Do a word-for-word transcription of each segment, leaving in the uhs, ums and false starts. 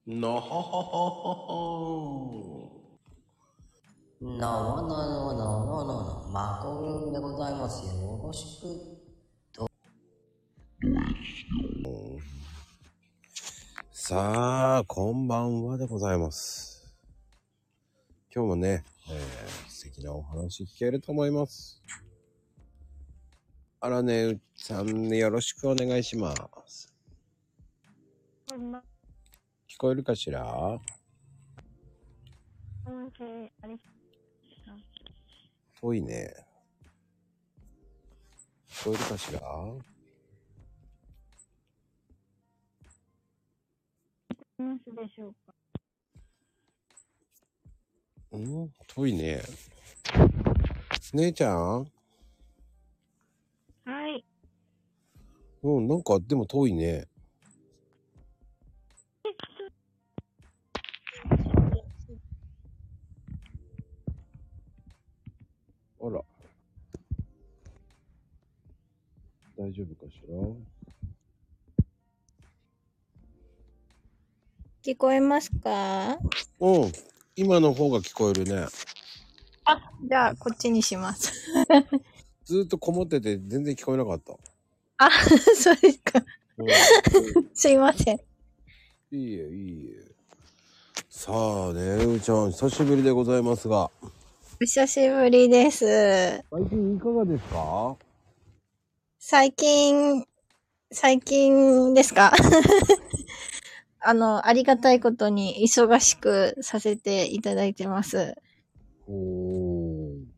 のほほほほほ。 のののののののマコルンでございますよ。よろしく。 さあ、こんばんはでございます。今日もね、えー、素敵なお話聞けると思います。あらね、うっさんよろしくお願いします。 こんばんは。 聞こえるかしら？ 音声あり遠いね。聞こえるかしら？ ますでしょうか？ うん遠いね。姉ちゃん？ はい。 うん、なんかでも遠いね。あら。大丈夫かしら？ 聞こえますか？ うん。今の方が聞こえるね。 あ、じゃあこっちにします。 ずーっとこもってて全然聞こえなかった。 あ、そうですか。 うん、 すいません。 いいえ、いいえ。さあね、うーちゃん、久しぶりでございますが。 お久しぶりです。 最近いかがですか？ 最近、最近ですか？あの、ありがたいことに忙しくさせていただいてます。 おー。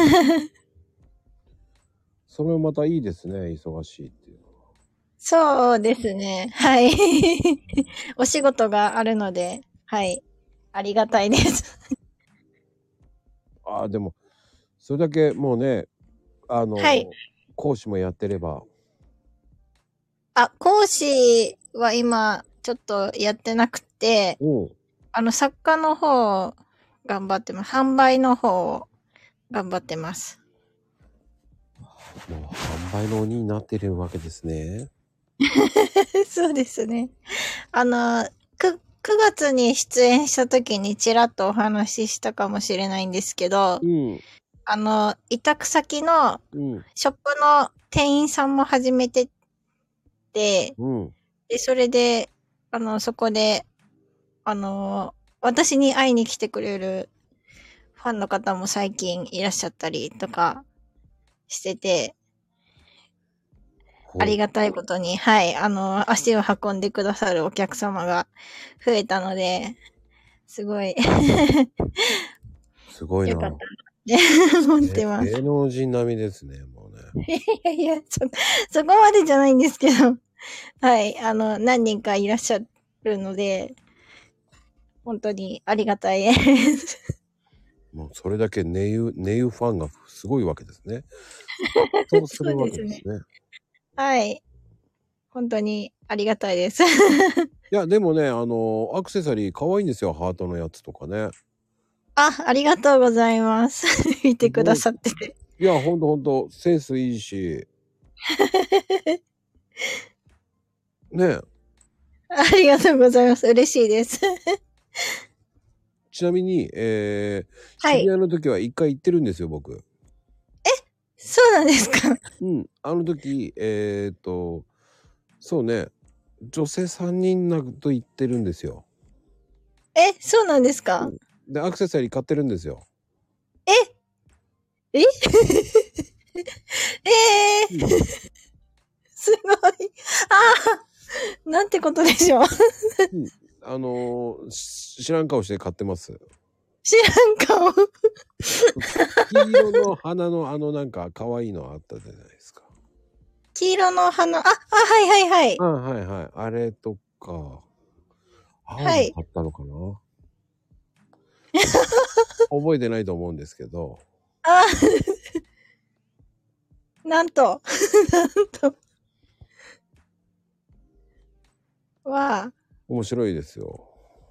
それはまたいいですね、忙しいっていうのは。 そうですね。はい。お仕事があるので、はい。ありがたいです。 ああ、でも、それだけもうね、あの、 はい。 講師もやってれば。 あ、講師は今、ちょっとやってなくて、 うん。 あの、作家の方、頑張ってます。販売の方を頑張ってます。 もう販売の鬼になっているわけですね。 そうですね。あの、く、くがつに出演した時にちらっとお話ししたかもしれないんですけど、 うん。 あの、委託先のうん。 ショップの店員さんも始めてて、 うん。 で、それで、あの、そこで、あの、私に会いに来てくれるファンの方も最近いらっしゃったりとかしてて、ありがたいことに、はい、あの、足を運んでくださるお客様が増えたので、すごい、 すごいな。 よかったなって思ってます。 芸能人並みですね、もうね。 いやいや、そ、そこまでじゃないんですけど、はい、あの、何人かいらっしゃるので、本当にありがたいです。 もうそれだけネユ、ネユファンがすごいわけですね。そうするわけですね。 はい。本当にありがたいです。 いや、でもね、あの、アクセサリー可愛いんですよ、ハートのやつとかね。 あ、ありがとうございます。見てくださってて。 いや、ほんとほんと、センスいいし。ねえ。 ありがとうございます。嬉しいです。 ちなみに、えー、 はい。 渋谷の時は一回行ってるんですよ、僕。 そうなんですか。 うん。あの時、えーっと、そうね、女性さんにんなと行ってるんですよ。 え、そうなんですか？ で、アクセサリー買ってるんですよ。 えええー、 うん、 すごい。ああ、なんてことでしょう。 うん、あのー、し知らん顔して買ってます。 知らん顔。 黄色の花のあのなんか可愛いのあったじゃないですか。 黄色の花。あ、あ、はいはいはい。 あ、はいはい。あれとか、青はい。 も買ったのかな覚えてないと思うんですけど。 あ、なんと。なんと。わあ。 面白いですよ。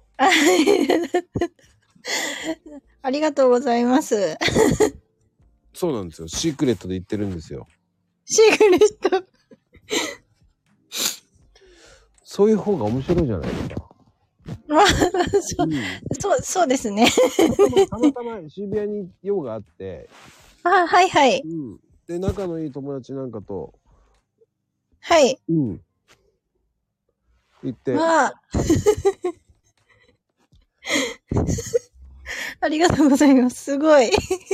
ありがとうございます。 そうなんですよ。シークレットで言ってるんですよ。 シークレット。 そういう方が面白いじゃないですか。 まあ、そう、 うん、 そう、そうですね。 たまたま渋谷に用があって、 あ、はいはい。 うん、で仲のいい友達なんかと、 はい。 うん、行って、 まあ、ありがとうございます。すごい。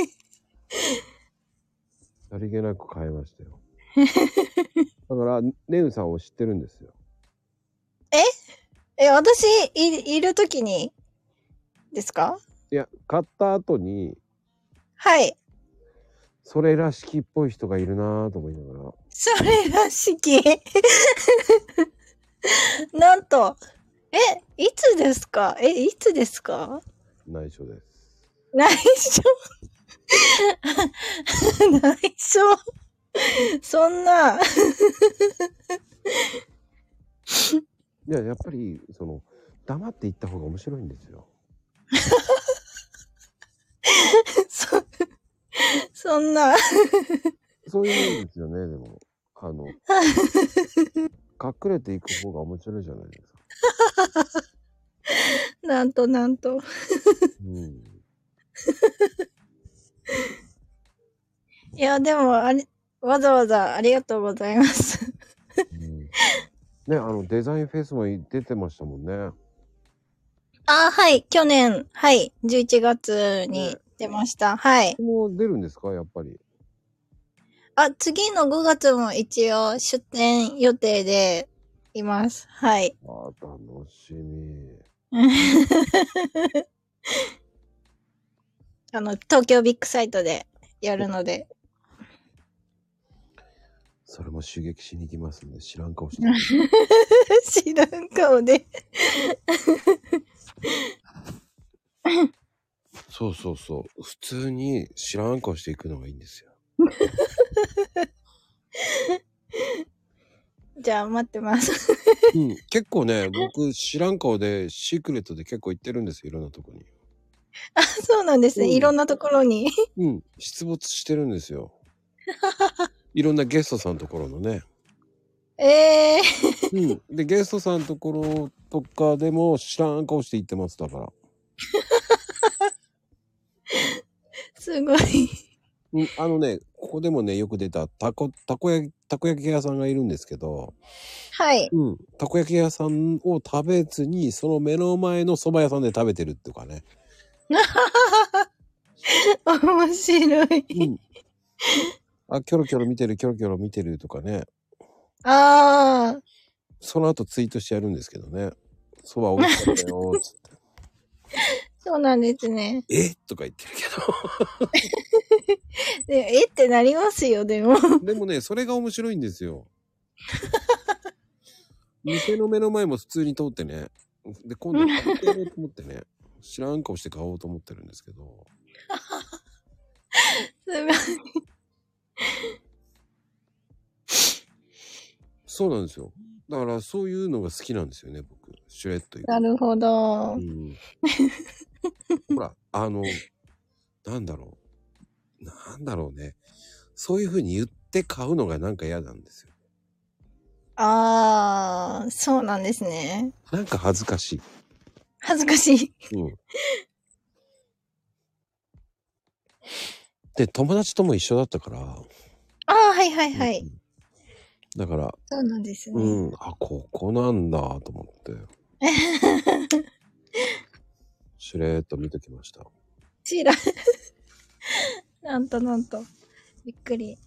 さりげなく買いましたよ。だからネウさんを知ってるんですよ。 ええ、私、い、いるときに、ですか？ いや、買った後に、 はい。 それらしきっぽい人がいるなぁと思いながら。 それらしき。なんと、え、いつですか？え、いつですか？ 内緒です。 内緒内緒そんな。 いや、やっぱり、その、黙って言った方が面白いんですよ。 そ、そんな。 そういうもんですよね、でも。あの、隠れていく方が面白いじゃないですか。 なんとなんと。 うん。 いや、でも、あれ、わざわざありがとうございます。 うん、ね、あの、デザインフェスも出てましたもんね。 あ、はい。去年、はい。じゅういちがつに出ました。ね、はい。 もう出るんですか、やっぱり。 あ、次のごがつも一応出展予定でいます。はい。 ああ、楽しみ。 あの、東京ビッグサイトでやるので。 それも刺激しに行きますんで、知らん顔して。 知らん顔で。 そうそうそう。普通に知らん顔していくのがいいんですよ。 じゃあ待ってます。 うん、結構ね、僕知らん顔でシークレットで結構行ってるんですよ、いろんなとこに。 あ、そうなんですね。 うん、 いろんなところに。 うん、出没してるんですよ。いろんなゲストさんのところのね。 ええー。うん。で、ゲストさんのところとかでも知らん顔して行ってます、だから。 すごい。 うん、あのね、ここでもね、よく出たたこ、たこ焼き、たこ焼き屋さんがいるんですけど、 はい。 うん。たこ焼き屋さんを食べずに、その目の前の蕎麦屋さんで食べてるっていうかね。 面白い。 うん。あ、キョロキョロ見てる、キョロキョロ見てるとかね。 ああ。 その後ツイートしてやるんですけどね。蕎麦美味しかったよ、つって。 そうなんですね。 えとか言ってるけでえってなりますよ、でも。 ど。でもね、それが面白いんですよ。店の目の前も普通に通ってね。で、今度買ってやろうと思ってね。知らん顔して買おうと思ってるんですけど。 すごい。 そうなんですよ。だからそういうのが好きなんですよね、僕。シュレッという。 なるほど。 うん。ほら、あの、なんだろう。なんだろうね。そういう風に言って買うのがなんか嫌なんですよ。 ああ、そうなんですね。 なんか恥ずかしい。 恥ずかしい。 うん。で、友達とも一緒だったから。あああ、はいはいはい。 うん、だから、 そうなんですね。 うん、あ、ここなんだと思って。しれーっと見ときました。 ちら。なんとなんと。びっくり。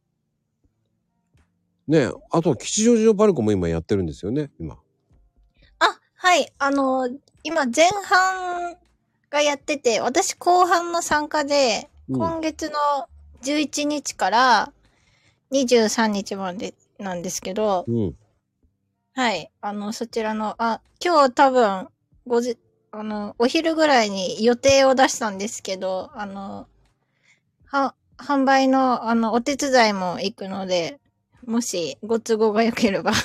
ねえ、あと、吉祥寺のパルコも今やってるんですよね、今。 あ、はい。あの、今前半がやってて、私後半の参加で、うん、今月のじゅういちにちからにじゅうさんにちまでなんですけど、うん、はい。あの、そちらの、あ、今日多分、ごじ、あの、お昼ぐらいに予定を出したんですけど、あの、は、販売の、あの、お手伝いも行くので、もしご都合が良ければ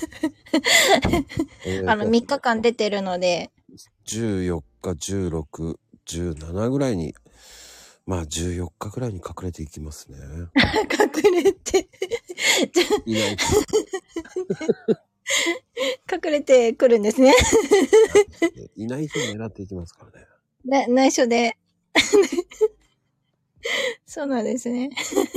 あのみっかかん出てるのでじゅうよっかじゅうろくじゅうしちぐらいにまあじゅうよっかぐらいに隠れていきますね。 隠れていない隠れてくるんですね。 いいない人狙っていきますからね。 ね、内緒で。そうなんですね。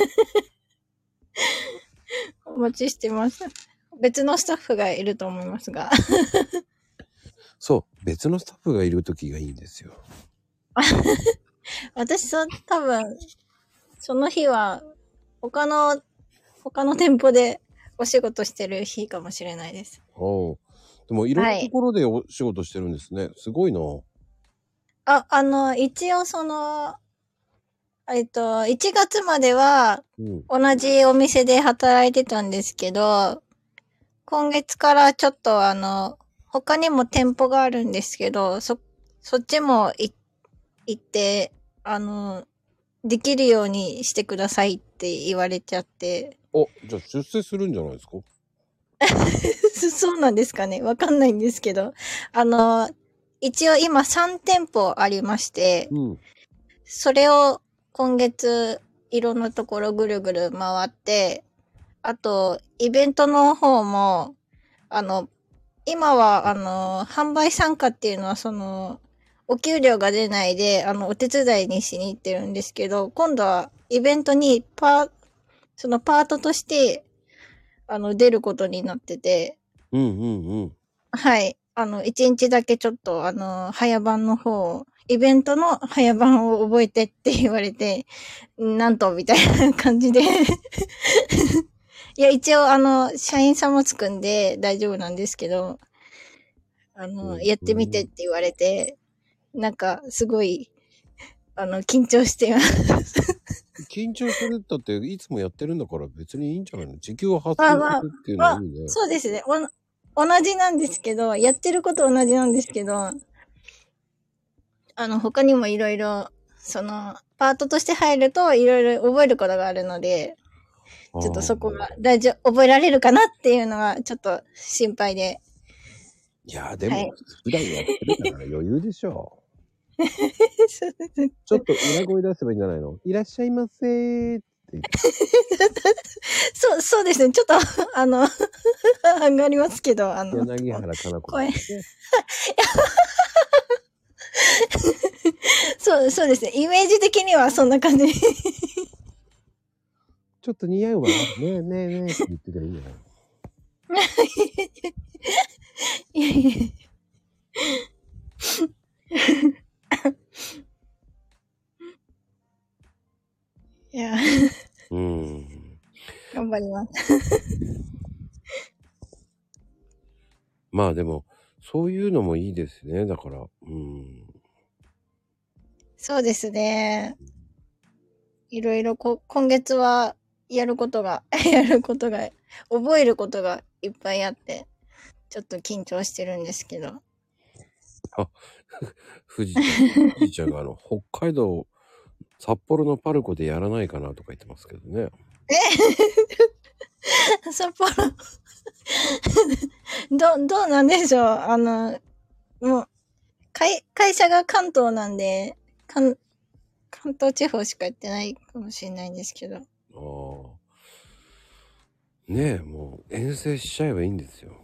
お待ちしてます。別のスタッフがいると思いますが。 そう、別のスタッフがいる時がいいんですよ。 私、そう、多分、その日は、他の、他の店舗でお仕事してる日かもしれないです。 おう。でもいろんなところでお仕事してるんですね。すごいな。 あ、あの、一応その、えっと、いちがつまでは、同じお店で働いてたんですけど、今月からちょっとあの、他にも店舗があるんですけど、そ、そっちもい行って、あの、できるようにしてくださいって言われちゃって。 お、じゃあ出世するんじゃないですか？ そうなんですかね。わかんないんですけど。あの、一応今さん店舗ありまして、 うん、 それを今月いろんなところぐるぐる回って、あと、イベントの方も、あの、今は、あの、販売参加っていうのは、その、お給料が出ないで、あの、お手伝いにしに行ってるんですけど、今度はイベントにパー、そのパートとして、あの、出ることになってて、 うんうんうん。 はい。あの、一日だけちょっと、あの、早番の方、イベントの早番を覚えてって言われて、なんと、みたいな感じで。いや、一応、あの、社員さんもつくんで大丈夫なんですけど、あの、 うん、 やってみてって言われて、なんか、すごい、あの、緊張しています。 緊張するったっていつもやってるんだから別にいいんじゃないの？時給を発まあまあ、 生するっていうのまあ、 はいいね。 そうですね。お同じなんですけど、やってること同じなんですけど、あの、他にもいろいろ、その、パートとして入るといろいろ覚えることがあるので、ちょっとそこが大丈夫、覚えられるかなっていうのがちょっと心配で。 いやーでも、 はい、 普段やってるから余裕でしょ。 そうですちょっと裏声出せばいいんじゃないの？いらっしゃいませーって言って。 そう、そうですね。ちょっと、あの、上がりますけど、あの、 柳原かな子声。 ですね。 そう、そうですね。イメージ的にはそんな感じ。 ちょっと似合うわ。ねえねえねえって言ってたらいいんじゃないの？ いやいや。いや、 うーん。 頑張ります。 まあでも、そういうのもいいですね。だから、うーん。 そうですね。いろいろこ、今月はやることが、やることが、覚えることがいっぱいあって、ちょっと緊張してるんですけど。 あ、富士ちゃん、富士ちゃんがあの、北海道、札幌のパルコでやらないかなとか言ってますけどね。 え札幌ど、どうなんでしょうあの、もう、会、会社が関東なんで、関、関東地方しかやってないかもしれないんですけど。 ああ。ねえ、もう遠征しちゃえばいいんですよ。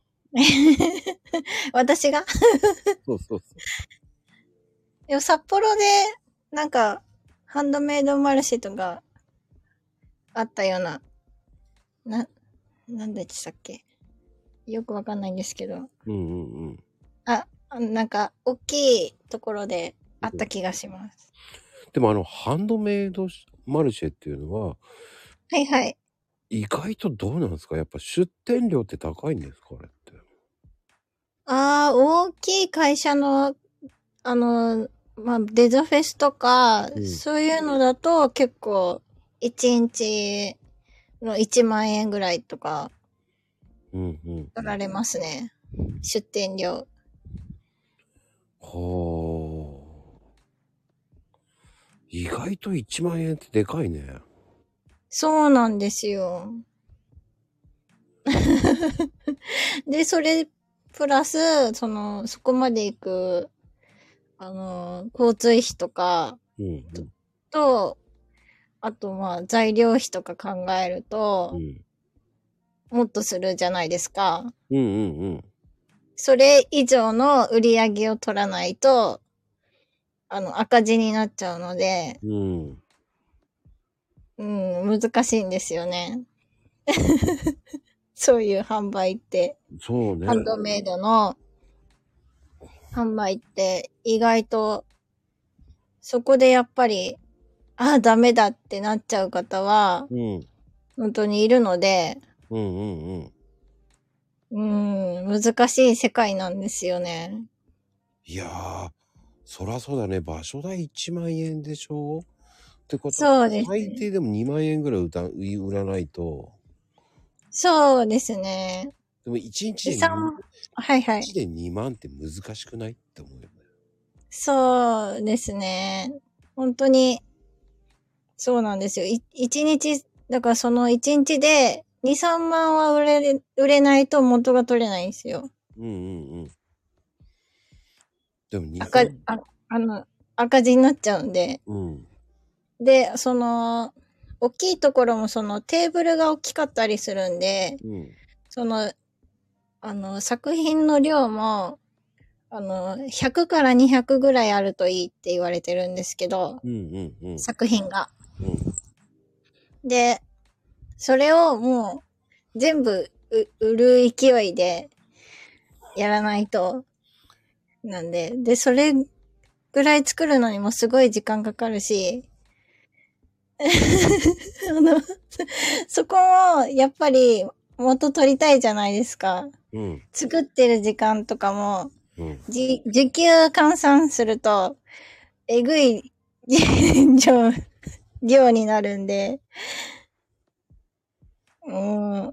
私がそうそうそう。 でも札幌で、なんか、ハンドメイドマルシェとか、あったような、な、なんでしたっけよくわかんないんですけど。 うんうんうん。 あ、なんか、大きいところであった気がします。 でもあの、ハンドメイドマルシェっていうのは、 はいはい。 意外とどうなんですか？やっぱ出店料って高いんですか？あれって。 ああ、大きい会社の、あの、まあ、デザフェスとか、 うん、 そういうのだと結構、いちにちのいちまん円ぐらいとか、 うんうん。 取られますね。出店料。 はあ。意外といちまん円ってでかいね。 そうなんですよ。で、それ、プラス、その、そこまで行く、あの、交通費とか、 うんうん、 と、あと、まあ、材料費とか考えると、 うん、 もっとするじゃないですか。 うんうんうん。 それ以上の売り上げを取らないと、あの、赤字になっちゃうので、 うん。 うん、難しいんですよね。そういう販売って。 そうね。 ハンドメイドの販売って意外と、そこでやっぱり、ああ、ダメだってなっちゃう方は、 うん。 本当にいるので、 うんうんうん。 うーん、難しい世界なんですよね。 いやー、そらそうだね。場所代いちまんえんでしょってことは、 そうですね。 最低でもにまんえんぐらい売た売らないと。 そうですね。 でもいちにちでさん、はいはい。 いちでにまんって難しくないって思うよね。 そうですね。本当に、そうなんですよ。い一日、だからその一日でに、さんまんは売れ、売れないと元が取れないんですよ。 うんうんうん。でもに、 赤、あ、あの、赤字になっちゃうんで。 うん。 で、その、大きいところもそのテーブルが大きかったりするんで、 うん。 その、あの、作品の量も、あの、ひゃくからにひゃくぐらいあるといいって言われてるんですけど、 うんうんうん。 作品が。 うん。 で、それをもう全部売る勢いでやらないと、なんで、で、それぐらい作るのにもすごい時間かかるし、あの、そこもやっぱり元取りたいじゃないですか。 うん。 作ってる時間とかも、 うん。 じ、時給換算すると、えぐい量、量になるんで、うん。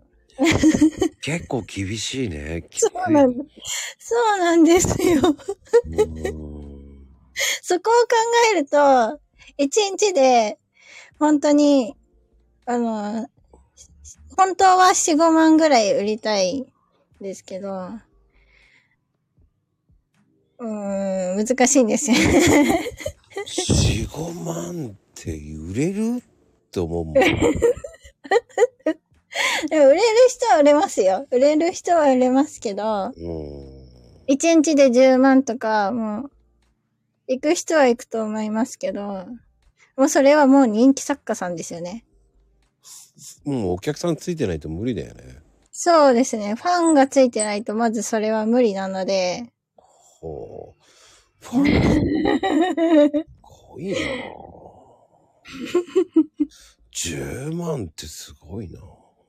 結構厳しいね。きつい。 そうなんそうなんですよ。 うーん。 そこを考えると、一日で、本当に、あの、本当はよん、ごまんぐらい売りたいんですけど、うーん、難しいんですよね。 よん、ごまんって売れるって思うもん。 でも売れる人は売れますよ。売れる人は売れますけど、 うーん。 一日でじゅうまんとか、もう、行く人は行くと思いますけど、もうそれはもう人気作家さんですよね。 もうお客さんついてないと無理だよね。 そうですね。ファンがついてないとまずそれは無理なので。 ほう。ファン、すごいなぁ。じゅうまんってすごいなぁ。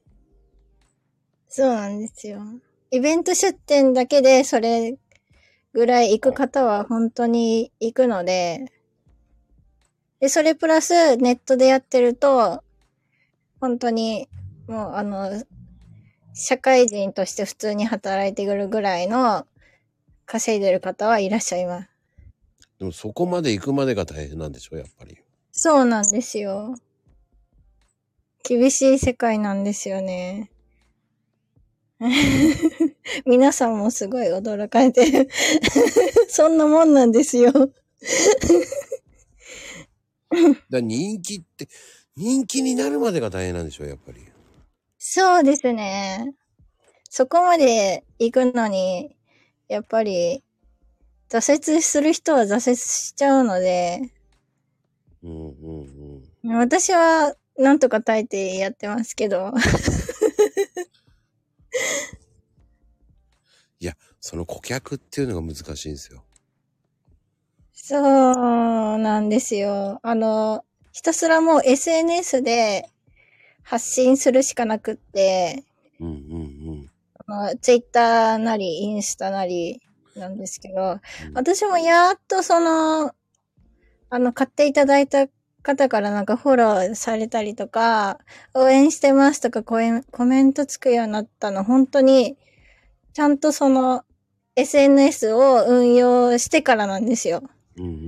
そうなんですよ。イベント出店だけでそれぐらい行く方は本当に行くので、で、それプラスネットでやってると、本当にもうあの、社会人として普通に働いてくるぐらいの稼いでる方はいらっしゃいます。 でもそこまで行くまでが大変なんでしょ、やっぱり。 そうなんですよ。厳しい世界なんですよね。皆さんもすごい驚かれてる。そんなもんなんですよ。 だ人気って、人気になるまでが大変なんでしょ、やっぱり。 そうですね。そこまで行くのに、やっぱり、挫折する人は挫折しちゃうので、 うんうんうん。 私はなんとか耐えてやってますけど。 いや、その顧客っていうのが難しいんですよ。 そうなんですよ。あの、ひたすらもう エスエヌエス で発信するしかなくって、 うんうんうん。 ツイッターなりインスタなりなんですけど、うん、私もやっとその、あの、買っていただいた方からなんかフォローされたりとか、応援してますとかコメントつくようになったの、本当に、ちゃんとその エスエヌエス を運用してからなんですよ。 うんうんうんうん。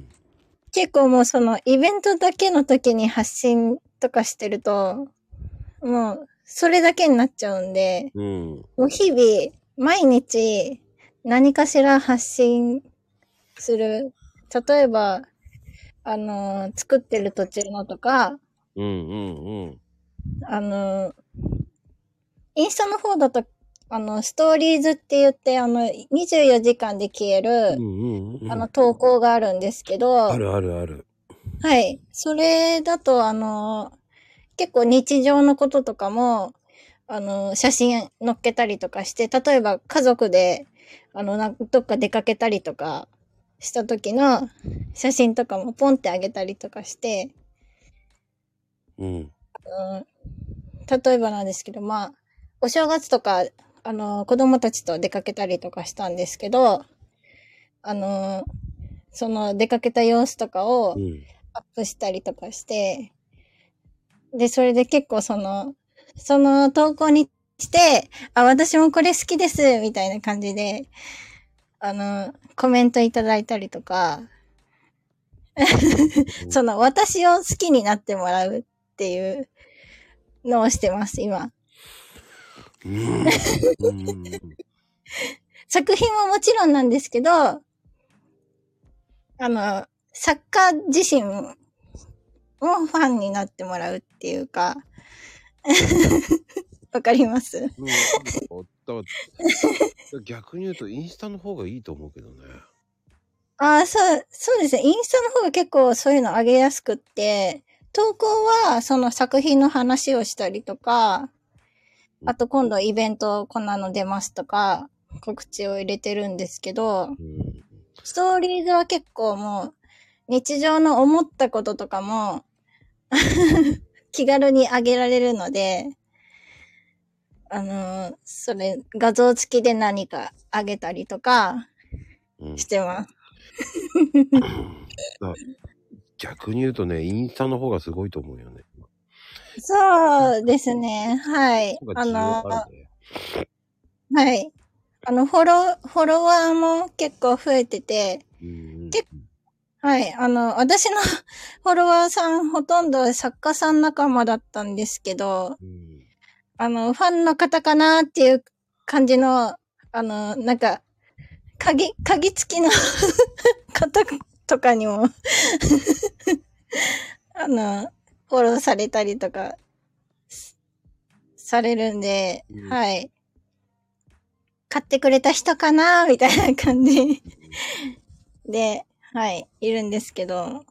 結構もうそのイベントだけの時に発信とかしてると、もうそれだけになっちゃうんで、 うん、 もう日々、毎日何かしら発信する。例えば、あの、作ってる途中のとか、 うんうんうん。 あの、インスタの方だとあの、ストーリーズって言って、あの、にじゅうよじかんで消える、 うんうんうん、 あの、投稿があるんですけど、 あるあるある。 はい。それだと、あの、結構日常のこととかも、あの、写真載っけたりとかして、例えば家族で、あの、なんどっか出かけたりとかした時の写真とかもポンってあげたりとかして、 うん。 うん、例えばなんですけど、まあ、お正月とか、あの、子供たちと出かけたりとかしたんですけど、あの、その出かけた様子とかをアップしたりとかして、で、それで結構その、その投稿にして、あ、私もこれ好きです、みたいな感じで、あの、コメントいただいたりとか、その、私を好きになってもらうっていうのをしてます、今。 うん。うん。 作品ももちろんなんですけど、あの、作家自身もファンになってもらうっていうか、わかります？ うん、だから逆に言うとインスタの方がいいと思うけどね。 ああ、そう、そうですね。インスタの方が結構そういうの上げやすくって、投稿はその作品の話をしたりとか、あと今度イベントこんなの出ますとか、告知を入れてるんですけど、 うん、 ストーリーズは結構もう日常の思ったこととかも気軽に上げられるので、あのー、それ画像付きで何か上げたりとかしてます。 うん、逆に言うとね、インスタの方がすごいと思うよね。 そうですね。はい。あの、はい。あの、フォロー、フォロワーも結構増えてて、 うんけはい。あの、私のフォロワーさんほとんど作家さん仲間だったんですけど、うん、あの、ファンの方かなっていう感じの、あの、なんか、鍵、鍵付きの方とかにもあの、フォローされたりとか、されるんで、うん、はい。買ってくれた人かなみたいな感じで、はい、いるんですけど。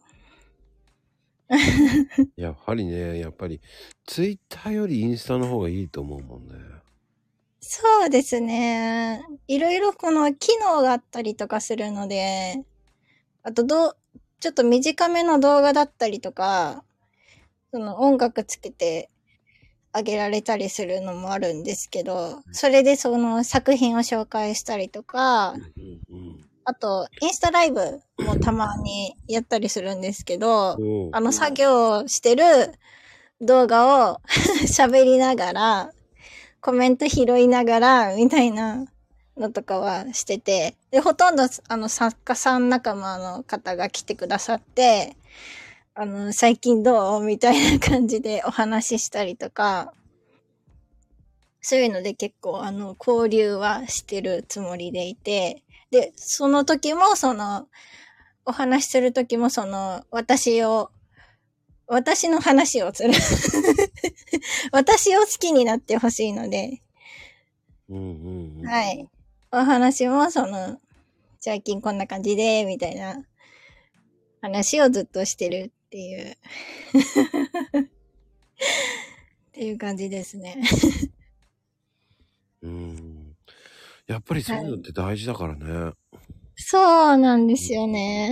やはりね、やっぱり、ツイッターよりインスタの方がいいと思うもんね。 そうですね。いろいろこの機能があったりとかするので、あとどう、ちょっと短めの動画だったりとか、その音楽つけてあげられたりするのもあるんですけど、それでその作品を紹介したりとか、うんうん、あと、インスタライブもたまにやったりするんですけど、あの作業してる動画を喋りながら、コメント拾いながら、みたいなのとかはしてて、で、ほとんどあの作家さん仲間の方が来てくださって、あの、最近どうみたいな感じでお話ししたりとか、そういうので結構あの、交流はしてるつもりでいて、で、その時もその、お話しする時もその、私を、私の話をする。私を好きになってほしいので、 うんうんうん、 はい。お話もその、最近こんな感じで、みたいな話をずっとしてるっていう。っていう感じですね。 うん。やっぱりそういうのって大事だからね。はい、 そうなんですよね。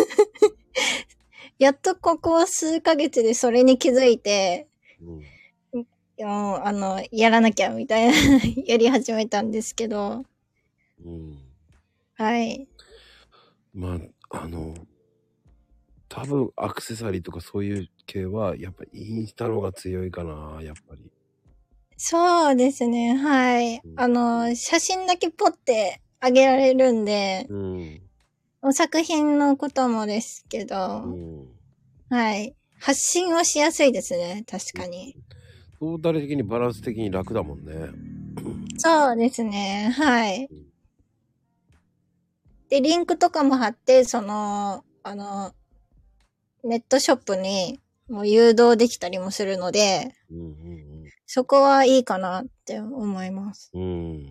やっとここ数ヶ月でそれに気づいて、うん、もうあの、やらなきゃみたいなやり始めたんですけど。うん、はい。 まあ、あの、多分アクセサリーとかそういう系は、やっぱりインスタの方が強いかな、やっぱり。 そうですね、はい。うん、あの、写真だけポッてあげられるんで、うん、作品のこともですけど、うん、はい。発信をしやすいですね、確かに。 トータル的にバランス的に楽だもんね。 そうですね、はい。で、リンクとかも貼って、その、あの、ネットショップにもう誘導できたりもするので、うんうんうん、 そこはいいかなって思います。 うん。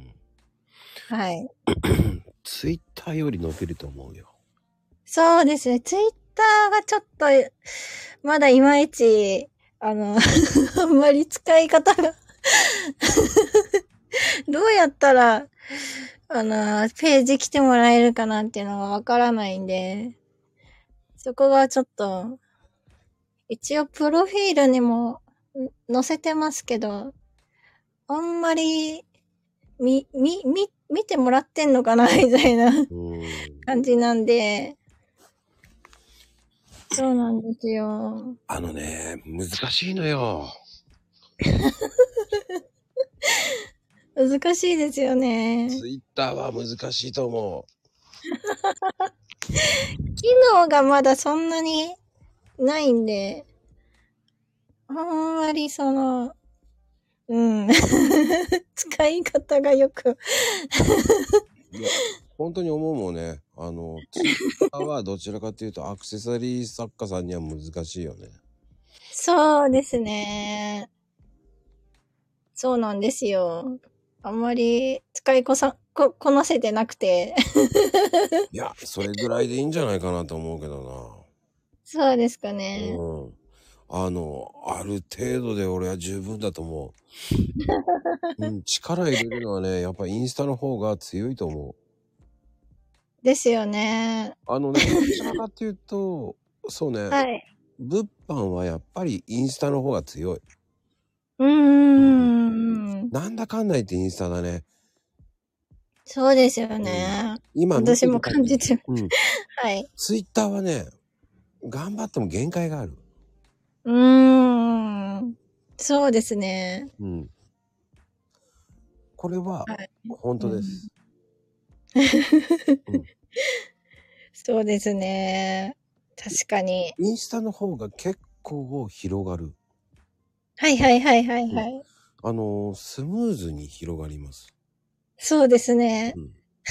はい。 ツイッターより伸びると思うよ。 そうですね。ツイッターがちょっと、まだいまいち、あの、あんまり使い方がどうやったら、あの、ページ来てもらえるかなっていうのがわからないんで、そこがちょっと、一応プロフィールにも載せてますけど、あんまり、み、み、み、見てもらってんのかなみたいな感じなんで、そうなんですよ。 あのね、難しいのよ。 難しいですよね。 ツイッターは難しいと思う。 機能がまだそんなにないんで、あんまりその、うん。使い方がよくいや、本当に思うもんね。あの、ツイッターはどちらかというとアクセサリー作家さんには難しいよね。 そうですね。そうなんですよ。あんまり使いこさ、こ、こなせてなくて。 いや、それぐらいでいいんじゃないかなと思うけどな。 そうですかね。 うん。あの、ある程度で俺は十分だと思う。うん、力入れるのはね、やっぱインスタの方が強いと思う。 ですよね。 あのね、どちらかっていうと、そうね、 はい。 物販はやっぱりインスタの方が強い。 うーん。 なんだかんだ言ってインスタだね。 そうですよね。 うん、今私も感じてる。 うん。 はい。 ツイッターはね、頑張っても限界がある。 うーん。そうですね。 うん。これは、 はい、 本当です。 うんうん、そうですね。確かに。 インスタの方が結構広がる。 はいはいはいはいはい。うん、 あのー、スムーズに広がります。 そうですね。うん、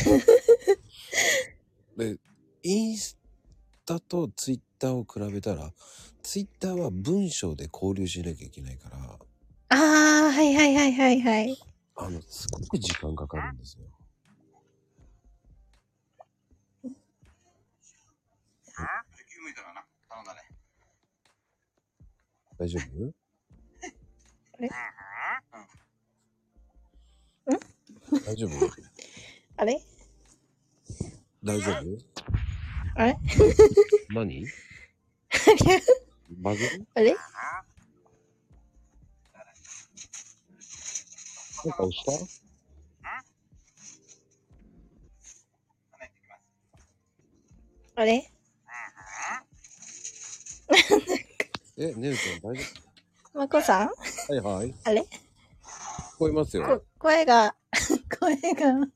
で、インスタとツイッターを比べたら、ツイッターは文章で交流しなきゃいけないから。ああ、はいはいはいはいはい。 あの、すごく時間かかるんですよ。大丈夫？ あれ？ん？ 大丈夫？ あれ？ 大丈夫？ あれ？ 何？バグ？ あれ？ なんか押した？ あれ？ え、ねるちゃん大丈夫？まこさん？ はいはい。 あれ？ 聞こえますよ。 声が、声が。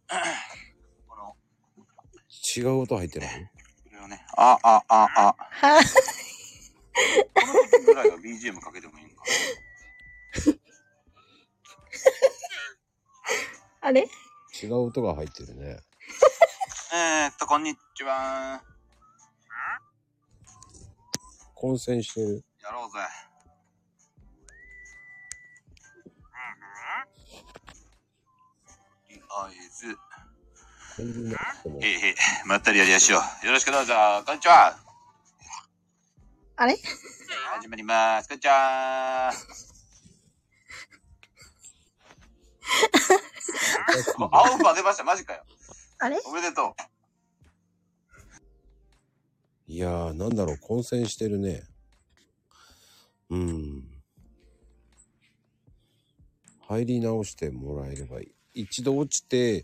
違う音入ってない？ あ、あ、あ、あ。 はこの時ぐらいは ビージーエム かけてもいいのか。 あれ？ 違う音が入ってるね。 えーっと、こんにちは。 混戦してる。 やろうぜ。とりあえず。へいへい、まったりやりやしよう。よろしくどうぞ。こんにちは。 あれ？ 始まります。こんにちは。青ウーパー出ました。マジかよ。 あれ？ おめでとう。 いやー、なんだろう、混戦してるね。うん。入り直してもらえればいい。一度落ちて、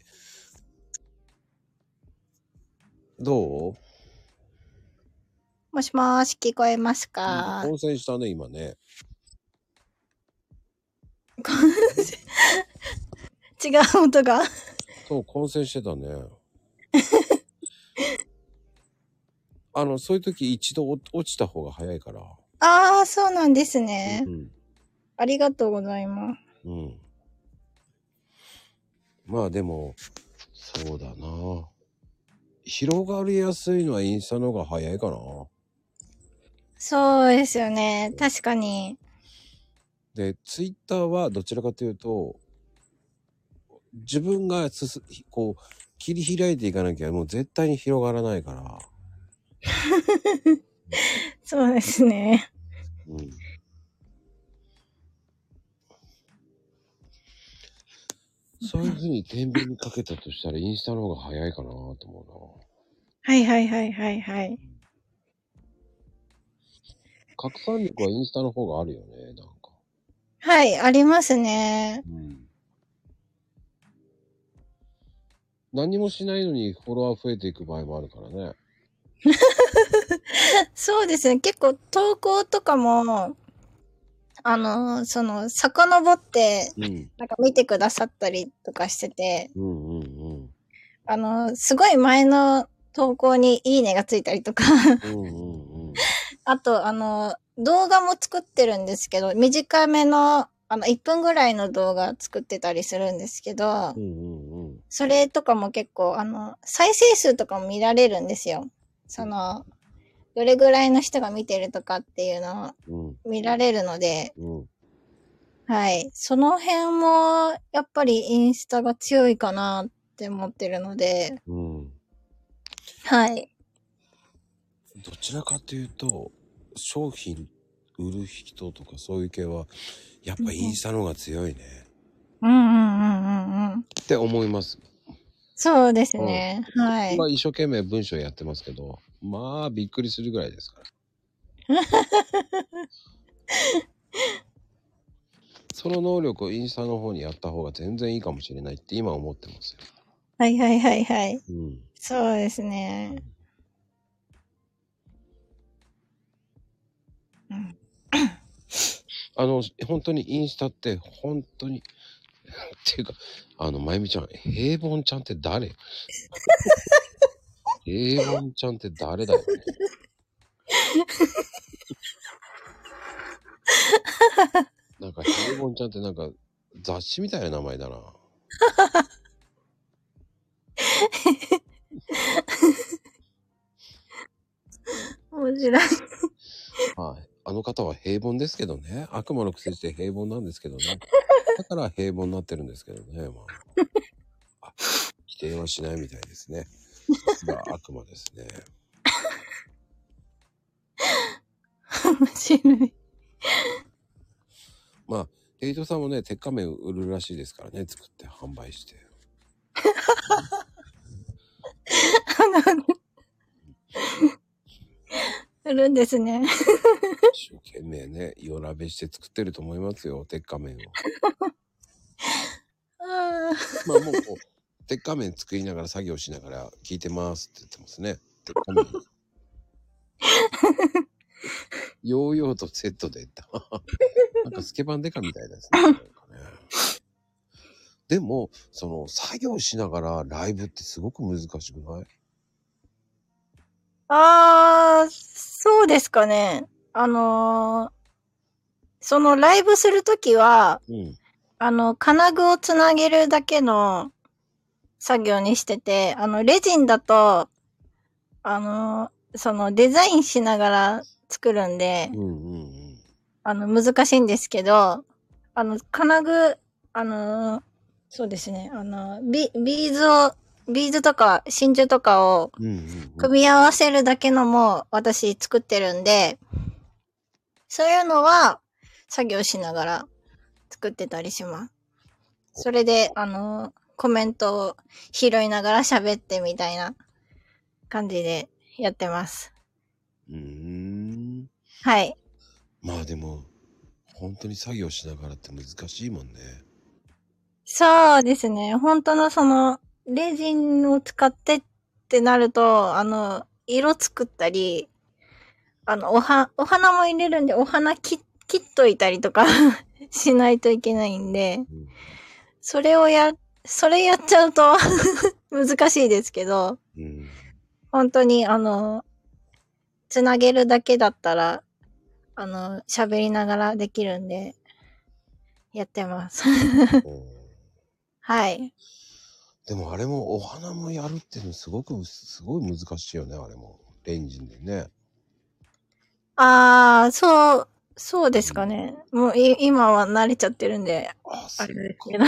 どう？ もしもーし、聞こえますか？ 混戦したね、今ね。 違う音がそう、混戦してたね。あの、そういう時一度落ちた方が早いから。 ああ、そうなんですね。 うん。 ありがとうございます。 うん。まあでも、そうだな。広がりやすいのはインスタの方が早いかな。 そうですよね。確かに。 で、ツイッターはどちらかというと、自分がすす、こう、切り開いていかなきゃもう絶対に広がらないから。 そうですね。 うん。そういうふうに天秤にかけたとしたらインスタの方が早いかなと思うな。 はいはいはいはいはい。 拡散力はインスタの方があるよね、なんか。 はい、ありますね。 うん。何もしないのにフォロワー増えていく場合もあるからね。 そうですね。結構投稿とかも、あの、その、遡って、うん、なんか見てくださったりとかしてて、うんうんうん、あの、すごい前の投稿にいいねがついたりとか、うんうんうん、あと、あの、動画も作ってるんですけど、短めの、あの、いっぷんぐらいの動画作ってたりするんですけど、うんうんうん、それとかも結構、あの、再生数とかも見られるんですよ。その、どれぐらいの人が見てるとかっていうのを見られるので、うんうん、はい。その辺も、やっぱりインスタが強いかなって思ってるので、うん、はい。 どちらかというと、商品売る人とかそういう系は、やっぱインスタの方が強いね。 うんうんうんうんうん。 って思います。 そうですね。うん、はい。 僕は一生懸命文章やってますけど、まあびっくりするぐらいですから。その能力をインスタの方にやった方が全然いいかもしれないって今思ってますよ。 はいはいはいはい。うん、そうですね。うん、 あの、本当にインスタって本当に、っていうか、あの、まゆみちゃん、平凡ちゃんって誰平凡ちゃんって誰だよね。なんか平凡ちゃんってなんか雑誌みたいな名前だな。 面白い。 はい。あの方は平凡ですけどね。悪魔の癖して平凡なんですけどね。だから平凡になってるんですけどね。まあ、あ、否定はしないみたいですね。さすが悪魔ですね。 面白い。 まあ、エイトさんもね、鉄仮面売るらしいですからね。作って販売して。 売るんですね。 一生懸命ね、夜なべして作ってると思いますよ。鉄仮面を。まあもう、鉄仮面作りながら作業しながら聞いてますって言ってますね。鉄仮面。ヨーヨーとセットでなんかスケバンデカみたいですね。なんかね。でも、その作業しながらライブってすごく難しくない？ あー、そうですかね。あのー、そのライブするときは、うん、あの、金具をつなげるだけの作業にしてて、あの、レジンだと、あのー、そのデザインしながら作るんで、うんうんうん、あの、難しいんですけど、あの、金具、あのー、そうですね、あの、ビ、ビーズを、ビーズとか真珠とかを組み合わせるだけのも私作ってるんで、そういうのは作業しながら作ってたりします。それで、あの、コメントを拾いながら喋ってみたいな感じでやってます。うーん。はい。 まあでも、本当に作業しながらって難しいもんね。 そうですね。本当のその、レジンを使ってってなると、あの、色作ったり、あの、おは、お花も入れるんで、お花切、切っといたりとかしないといけないんで、うん、それをや、それやっちゃうと難しいですけど、うん、本当にあの、つなげるだけだったら、あの、喋りながらできるんで、やってます。はい。 でもあれもお花もやるっていうのすごく、すごい難しいよね、あれも。レンジンでね。 ああ、そうそうですかね。もうい今は慣れちゃってるんで、 あ、 あれですそうけど。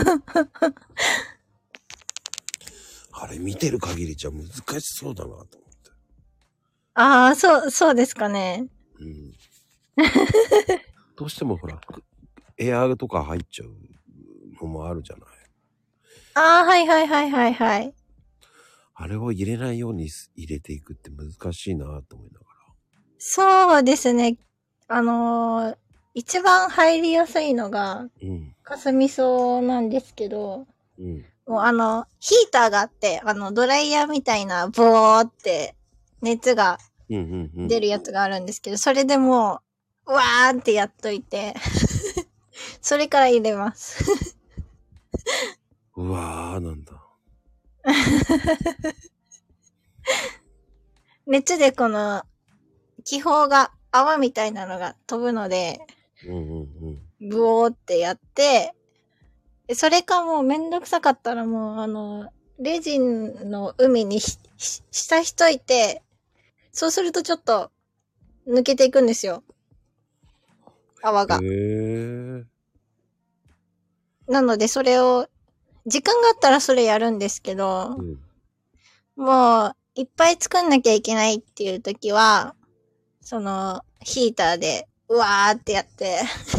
あれ見てる限りじゃ難しそうだなと思って。 ああ、そう、そうですかね。 うん。どうしてもほら、エアーとか入っちゃうのもあるじゃない。 ああ、はいはいはいはいはい。 あれを入れないように入れていくって難しいなと思いながら。 そうですね。あのー、一番入りやすいのが、 うん。 かすみ草なんですけど、 うん。 もうあの、ヒーターがあって、あの、ドライヤーみたいな、ボーって熱がうんうんうん。 出るやつがあるんですけど、それでもう、うわーってやっといて、それから入れます。 うわーなんだ。 熱でこの、気泡が、泡みたいなのが飛ぶので、 うんうんうん。 ブオーってやって、それかもうめんどくさかったらもうあの、レジンの海にし、し浸しといて、そうするとちょっと抜けていくんですよ。泡が。 へー。 なのでそれを、時間があったらそれやるんですけど、 うん。 もういっぱい作んなきゃいけないっていう時は、その、ヒーターで、うわーってやって、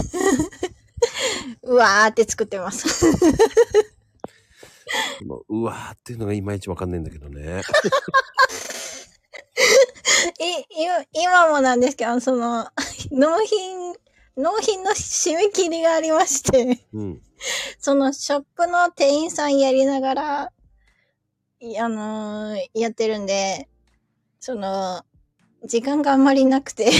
うわーって作ってます。 もう、うわーっていうのがいまいちわかんないんだけどね。 い、今、今もなんですけど、その、納品、納品の締め切りがありまして、 うん。 そのショップの店員さんやりながら、いあのーやってるんで、その、時間があんまりなくて、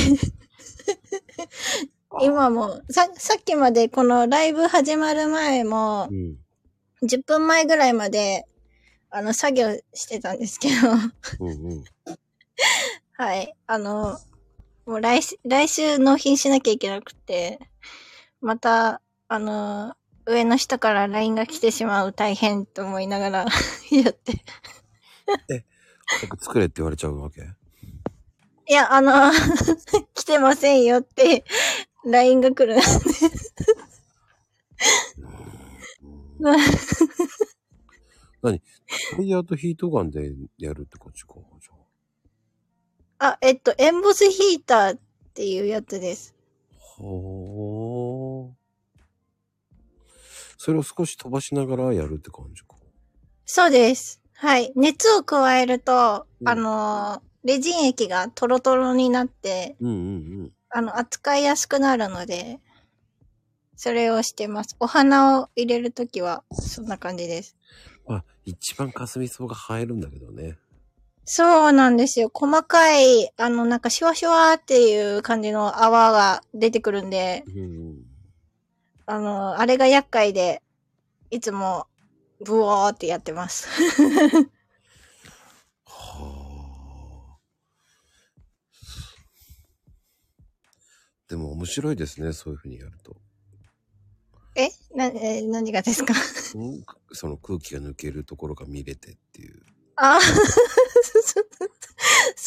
今も、さ、さっきまでこのライブ始まる前もう、ん。 じゅっぷんまえぐらいまで、あの、作業してたんですけど、 うんうん。 はい。あの、もう来週、来週納品しなきゃいけなくて、また、あの、上の人から ライン が来てしまう大変と思いながらやって。 え、早く作れって言われちゃうわけ？ いや、あの、来てませんよって ライン が来る。 何？ワイヤーとヒートガンでやるってこっちか。じゃあ、えっと、エンボスヒーターっていうやつです。 あ。はあ。それを少し飛ばしながらやるって感じか。 そうです。はい。熱を加えると、 うんあの、レジン液がトロトロになって、 うんうんうん。 あの、扱いやすくなるので、それをしてます。お花を入れるときは、そんな感じです。 あ、一番かすみ草が映えるんだけどね。 そうなんですよ。細かい、あの、なんかシュワシュワっていう感じの泡が出てくるんで、 うんうん。 あの、あれが厄介で、いつも、ブワーってやってます。 はあ。でも面白いですね、そういう風にやると。 えな、え、何がですか？ うん、その空気が抜けるところが見れてっていう。 あそう、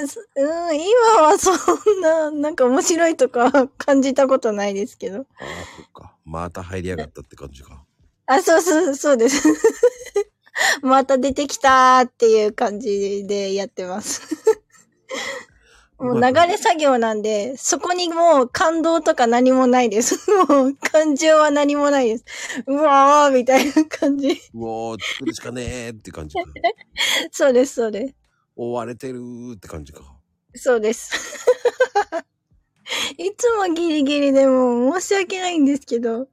すうん、今はそんな、なんか面白いとか感じたことないですけど。 ああ、そっか。また入りやがったって感じか。 あ、そうそう、そうです。また出てきたーっていう感じでやってます。もう流れ作業なんで、そこにもう感動とか何もないです。もう感情は何もないです。うわーみたいな感じ。 もう作るしかねえって感じか。 そうです、そうです。 追われてるって感じか。 そうです。いつもギリギリでもう申し訳ないんですけど。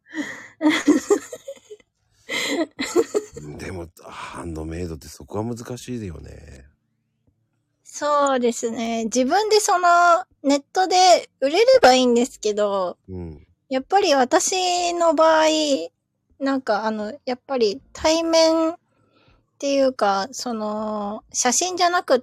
でも、ハンドメイドってそこは難しいよね。 そうですね。自分でそのネットで売れればいいんですけど、 うん。 やっぱり私の場合、なんかあの、やっぱり対面っていうか、その、写真じゃなくって、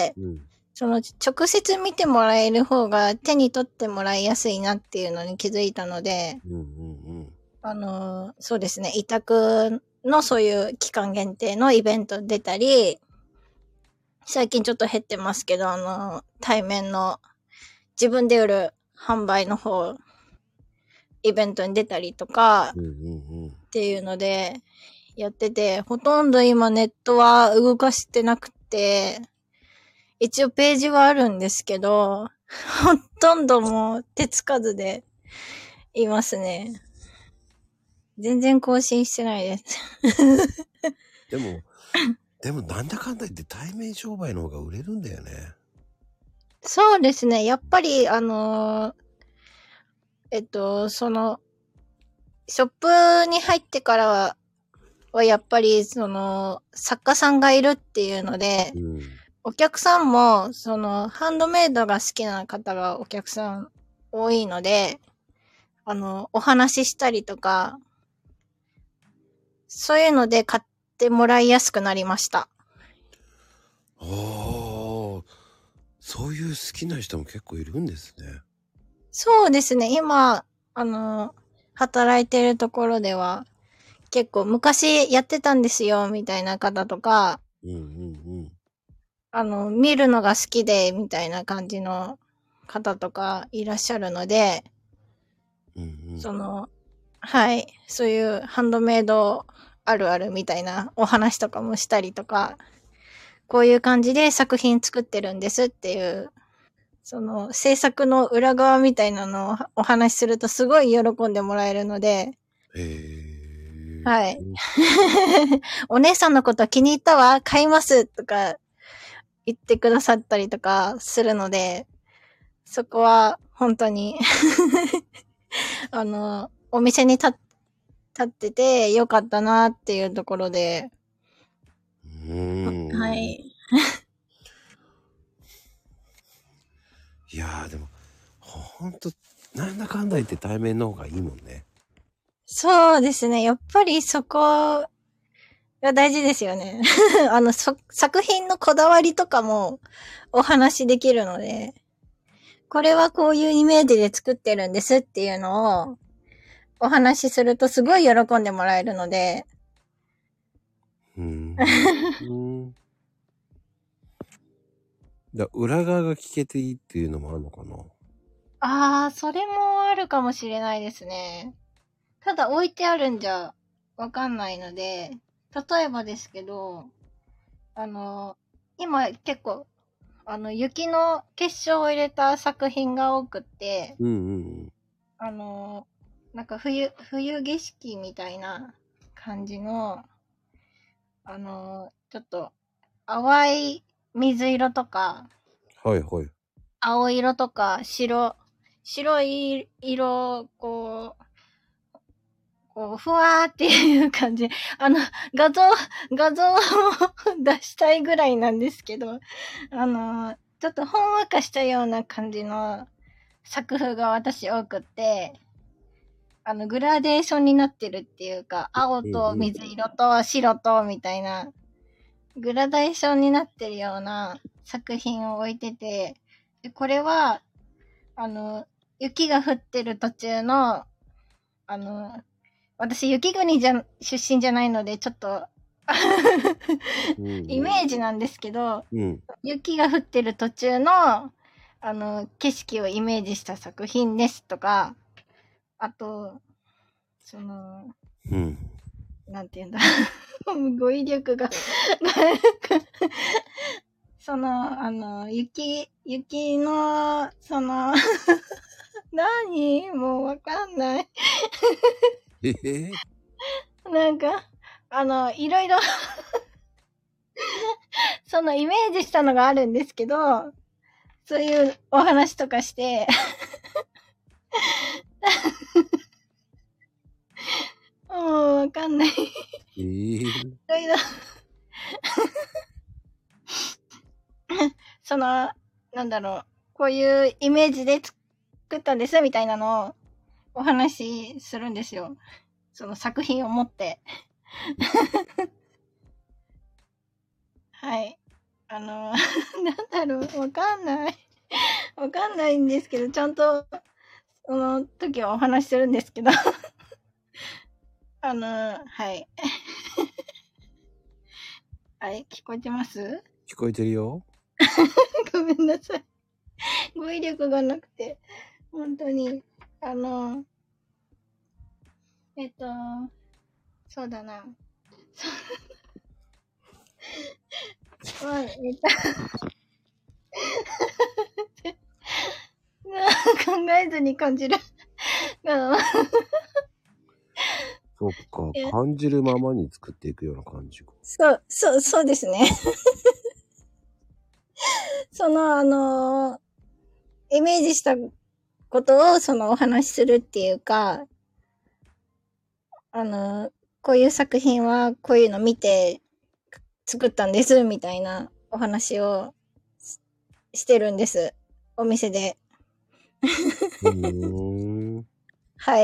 うん。 その直接見てもらえる方が手に取ってもらいやすいなっていうのに気づいたので、 うんうんうん。 あの、そうですね、委託のそういう期間限定のイベント出たり、最近ちょっと減ってますけど、あの、対面の自分で売る販売の方、イベントに出たりとか、 うんうんうん。 っていうので、やってて、ほとんど今ネットは動かしてなくて、一応ページはあるんですけど、ほとんどもう手つかずでいますね。全然更新してないです。 でも、でもなんだかんだ言って対面商売の方が売れるんだよね。 そうですね。やっぱり、あのーえっと、その、ショップに入ってからは、はやっぱり、その、作家さんがいるっていうので、 うん。 お客さんも、その、ハンドメイドが好きな方がお客さん多いので、あの、お話ししたりとか、そういうので買ってもらいやすくなりました。 ああ、そういう好きな人も結構いるんですね。 そうですね。今、あの、働いてるところでは、結構昔やってたんですよ、みたいな方とか、 うんうんうん。 あの、見るのが好きで、みたいな感じの方とかいらっしゃるので、 うんうん、 その、はい、そういうハンドメイドあるあるみたいなお話とかもしたりとか、こういう感じで作品作ってるんですっていう、その制作の裏側みたいなのをお話しするとすごい喜んでもらえるので、 へー。 はい。お姉さんのこと気に入ったわ、買いますとか言ってくださったりとかするので、そこは本当にあの、お店に立っててよかったなっていうところで、 うーん。 はい。 いやーでも、ほんと、なんだかんだ言って対面の方がいいもんね。 そうですね。やっぱりそこが大事ですよね。あの、そ、作品のこだわりとかもお話しできるので、これはこういうイメージで作ってるんですっていうのをお話しするとすごい喜んでもらえるので。 うーん。うんだ裏側が聞けていいっていうのもあるのかな。 ああ、それもあるかもしれないですね。ただ置いてあるんじゃわかんないので、例えばですけど、あの、今結構、あの、雪の結晶を入れた作品が多くって、 うんうんうん。 あの、なんか冬、冬景色みたいな感じの、あの、ちょっと淡い水色とか、 はいはい。 青色とか白、白い色、こう、こう、ふわーっていう感じ。あの、画像、画像を出したいぐらいなんですけど、あの、ちょっとほんわかしたような感じの作風が私多くって、あの、グラデーションになってるっていうか、青と水色と白とみたいな、グラデーションになってるような作品を置いてて、でこれは、あの、雪が降ってる途中の、あの、私、雪国じゃ、出身じゃないので、ちょっとイメージなんですけど、 うん、 雪が降ってる途中の、あの、景色をイメージした作品ですとか、あと、その、 うん、 なんて言うんだ、語彙力がその、あの、雪、雪の、その、何もうわかんないえへなんか、あの、いろいろそのイメージしたのがあるんですけど、そういうお話とかしてもうわかんないえー、 いろいろその、なんだろう、こういうイメージで作ったんですみたいなのをお話しするんですよ。その作品を持って。はい。あの、なんだろう、わかんない。わかんないんですけど、ちゃんと、その時はお話しするんですけど。あの、はい。はい、聞こえてます？ 聞こえてるよ。 ごめんなさい。語彙力がなくて本当に、あの、えっと、そうだな。そうまあ、えっと、考えずに感じる。 そっか、感じるままに作っていくような感じか。 そう、そう、そうですね。その、あの、イメージしたことをそのお話しするっていうか、あの、こういう作品はこういうの見て作ったんですみたいなお話をしてるんです。お店で。 うーん。 はい。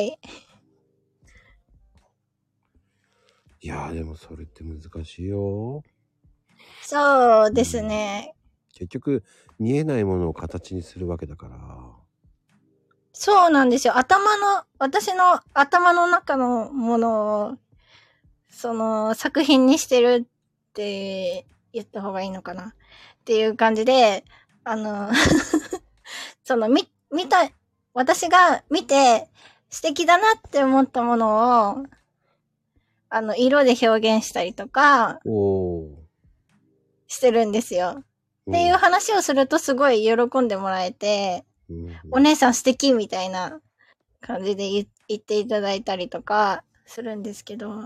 いやーでもそれって難しいよ。 そうですね。 結局見えないものを形にするわけだから。 そうなんですよ。頭の、私の頭の中のものを、その作品にしてるって言った方がいいのかなっていう感じで、あの、その見、見た、私が見て素敵だなって思ったものを、あの、色で表現したりとか、 おー。 してるんですよ。っていう話をするとすごい喜んでもらえて、 うん、 お姉さん素敵みたいな感じで言言っていただいたりとかするんですけど。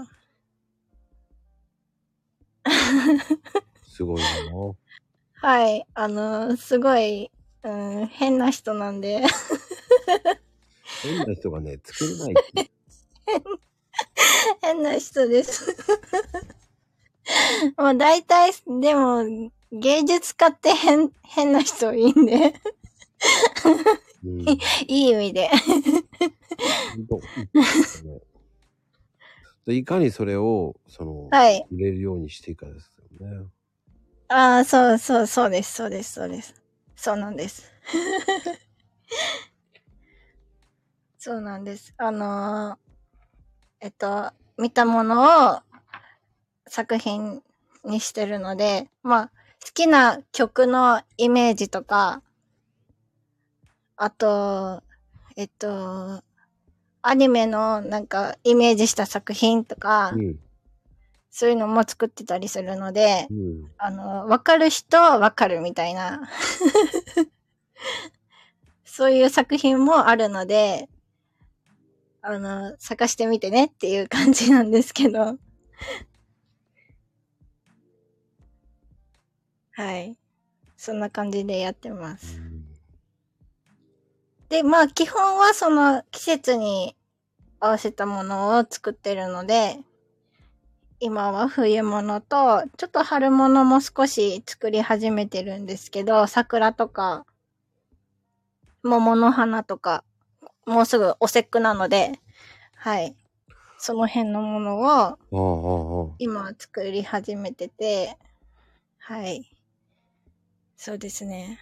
すごいな。 はい。あの、すごい、うん、変な人なんで。 変な人がね、作れないって。 変な人です。もう大体、でも、芸術家って変、変な人いいんで。うん、いい意味で。 いかにそれを、その、 はい。 売れるようにしていくかですよね。 ああ、そうそう、そうです、そうです、そうです。そうなんです。そうなんです。あのー、えっと、見たものを作品にしてるので、まあ、好きな曲のイメージとか、あと、えっと、アニメのなんかイメージした作品とか、うん、そういうのも作ってたりするので、うん、あの、わかる人はわかるみたいな、そういう作品もあるので、あの、探してみてねっていう感じなんですけど。はい。そんな感じでやってます。で、まあ基本はその季節に合わせたものを作ってるので、今は冬物と、ちょっと春物も少し作り始めてるんですけど、桜とか、桃の花とか、もうすぐお節句なので、はい。その辺のものを、今作り始めてて、はい。そうですね。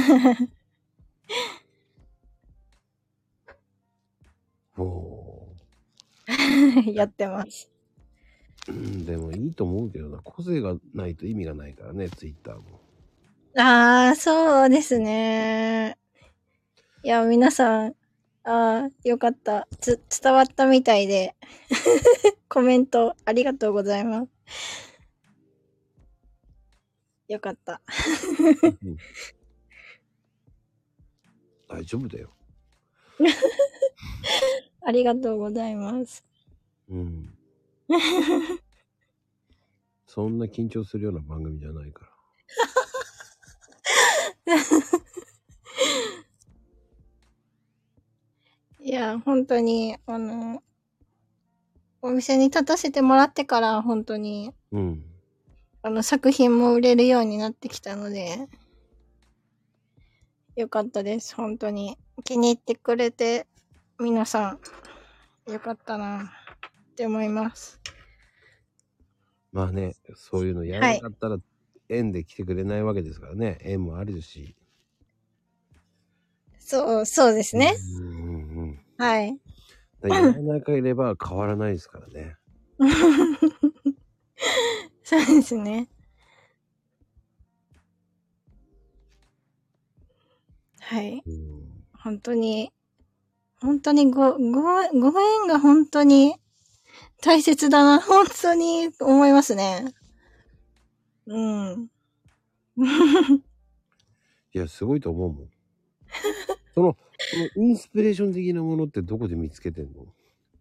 おやってます。 うん、でもいいと思うけどな。個性がないと意味がないからね、ツイッターも。 ああ、そうですね。いや、皆さん、ああ、よかった。つ、伝わったみたいで。コメントありがとうございます。よかった。うん、 大丈夫だよ。 ありがとうございます。 うん。そんな緊張するような番組じゃないから。 いや、本当に、あの、お店に立たせてもらってから本当に、 うん、 あの作品も売れるようになってきたので、よかったです。本当に。気に入ってくれて、皆さん、よかったなって思います。 まあね、そういうのやらなかったら、縁で来てくれないわけですからね。縁もあるし。 そう、そうですね。 うんうんうん、 はい。 やらなければ変わらないですからね。 そうですね。はい。うん、本当に本当にご、ご、ご縁が本当に大切だな、本当に思いますね。うん。 いや、すごいと思うもん。その、そのインスピレーション的なものってどこで見つけてんの？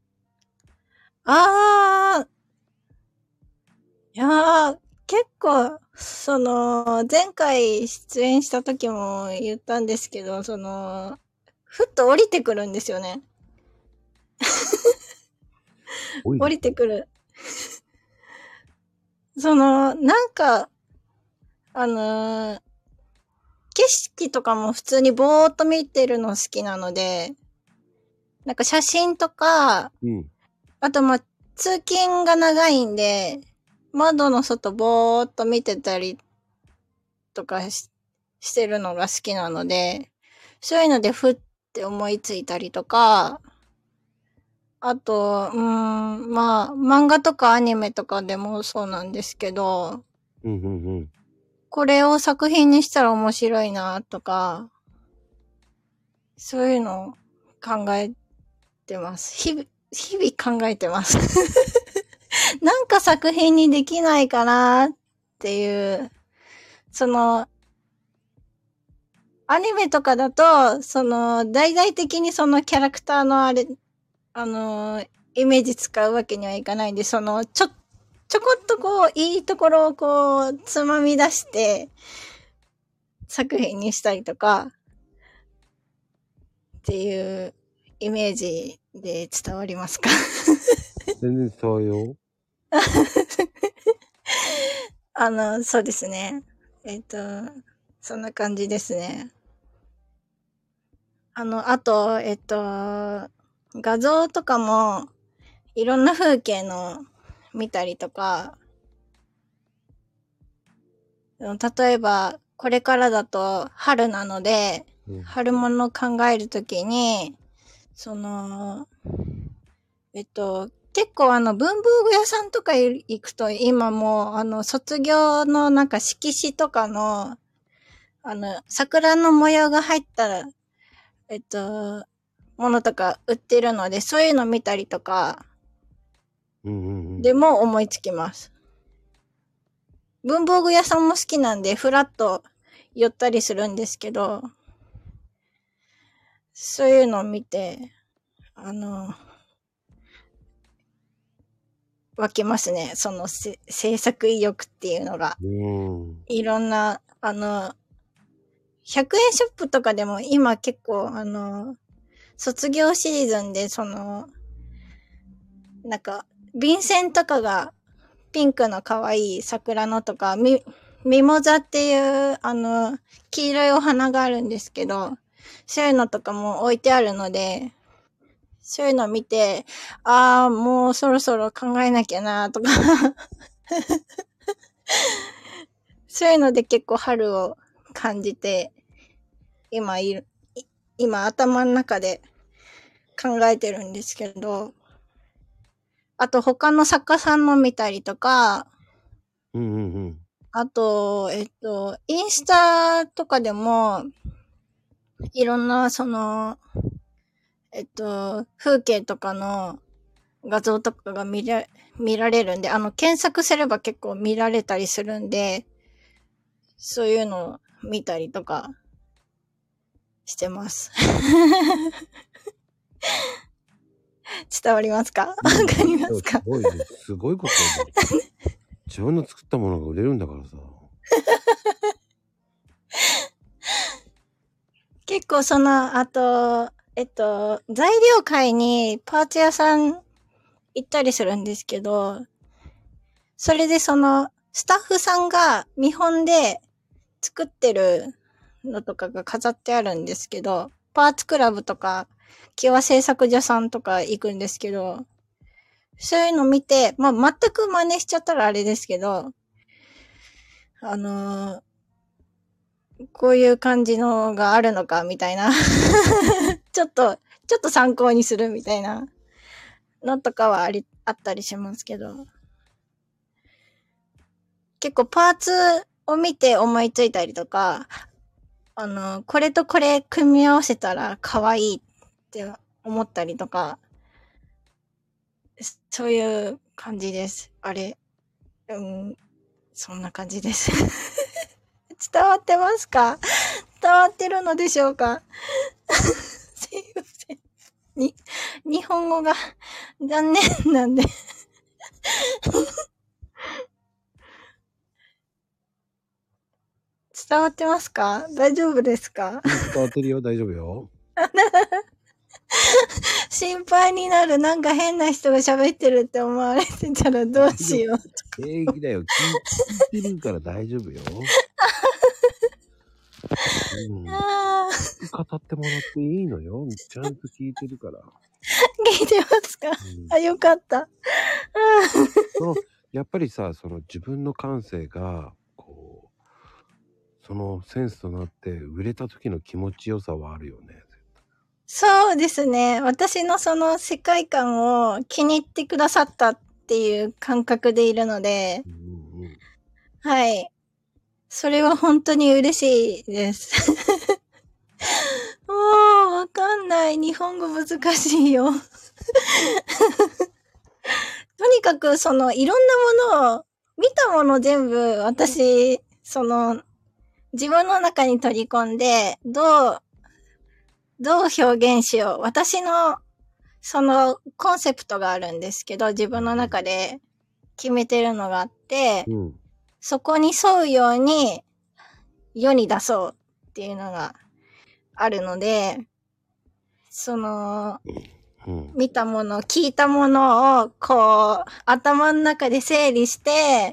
あー、いやー、結構、その、前回出演した時も言ったんですけど、その、ふっと降りてくるんですよね。降りてくる。その、なんか、あのー、景色とかも普通にぼーっと見てるの好きなので、なんか写真とか、 うん、 あとまあ、通勤が長いんで、窓の外ぼーっと見てたりとか し, してるのが好きなので、そういうのでふって思いついたりとか、あと、うーん、まあ、漫画とかアニメとかでもそうなんですけど、 うんうんうん、 これを作品にしたら面白いなとか、そういうのを考えてます。日々、日々考えてます。なんか作品にできないかなっていう、その、アニメとかだと、その、大々的にそのキャラクターのあれ、あの、イメージ使うわけにはいかないんで、その、ちょ、ちょこっとこう、いいところをこう、つまみ出して、作品にしたりとか、っていうイメージで伝わりますか？ 全然伝わるよ。 あの、そうですね。えっと、そんな感じですね。あの、あと、えっと、画像とかも、いろんな風景の見たりとか、例えば、これからだと春なので、うん、春物を考えるときに、その、えっと、結構あの文房具屋さんとか行くと今もうあの卒業のなんか色紙とかのあの桜の模様が入ったらえっとものとか売ってるのでそういうの見たりとかでも思いつきます。文房具屋さんも好きなんでフラッと寄ったりするんですけどそういうのを見てあの湧きますね。その制作意欲っていうのが。いろんな、あの、ひゃくえんショップとかでも今結構、あの、卒業シーズンで、その、なんか、便箋とかがピンクの可愛い桜のとか、ミ、ミモザっていう、あの、黄色いお花があるんですけど、そういうのとかも置いてあるので、そういうの見て、ああ、もうそろそろ考えなきゃなとかそういうので結構春を感じて、今いる、今頭の中で考えてるんですけど、あと他の作家さんの見たりとか、 うんうんうん、 あと、えっと、インスタとかでも、いろんなその、えっと、風景とかの画像とかが見ら、見られるんで、あの、検索すれば結構見られたりするんで、そういうのを見たりとかしてます。伝わりますか？わかりますか？ すごい、すごいことだね。自分の作ったものが売れるんだからさ。 結構その、あと、えっと、材料買いにパーツ屋さん行ったりするんですけど、それでその、スタッフさんが見本で作ってるのとかが飾ってあるんですけど、パーツクラブとか、キワ製作所さんとか行くんですけど、そういうの見て、まあ、全く真似しちゃったらあれですけど、あのー、こういう感じのがあるのかみたいなちょっとちょっと参考にするみたいなのとかはありあったりしますけど、結構パーツを見て思いついたりとか、あのこれとこれ組み合わせたら可愛いって思ったりとか、そういう感じです。あれ、うん、そんな感じです。伝わってますか？伝わってるのでしょうか？すいません。に、日本語が残念なんで。伝わってますか？大丈夫ですか？ 伝わってるよ、大丈夫よ。 心配になる。なんか変な人が喋ってるって思われてたらどうしよう。 平気だよ。聞いてるから大丈夫よ。うん、 あ語ってもらっていいのよ。ちゃんと聞いてるから。 聞いてますか？うん、あ、よかった。 そのやっぱりさ、その自分の感性がこうそのセンスとなって売れた時の気持ちよさはあるよね。 そうですね。私のその世界観を気に入ってくださったっていう感覚でいるので、うんうん、はい。それは本当に嬉しいです。もう、わかんない。日本語難しいよ。とにかく、その、いろんなものを、見たもの全部、私、その、自分の中に取り込んで、どう、どう表現しよう。私の、その、コンセプトがあるんですけど、自分の中で決めてるのがあって、うん、そこに沿うように、世に出そうっていうのがあるので、その、うん、見たもの、聞いたものを、こう、頭の中で整理して、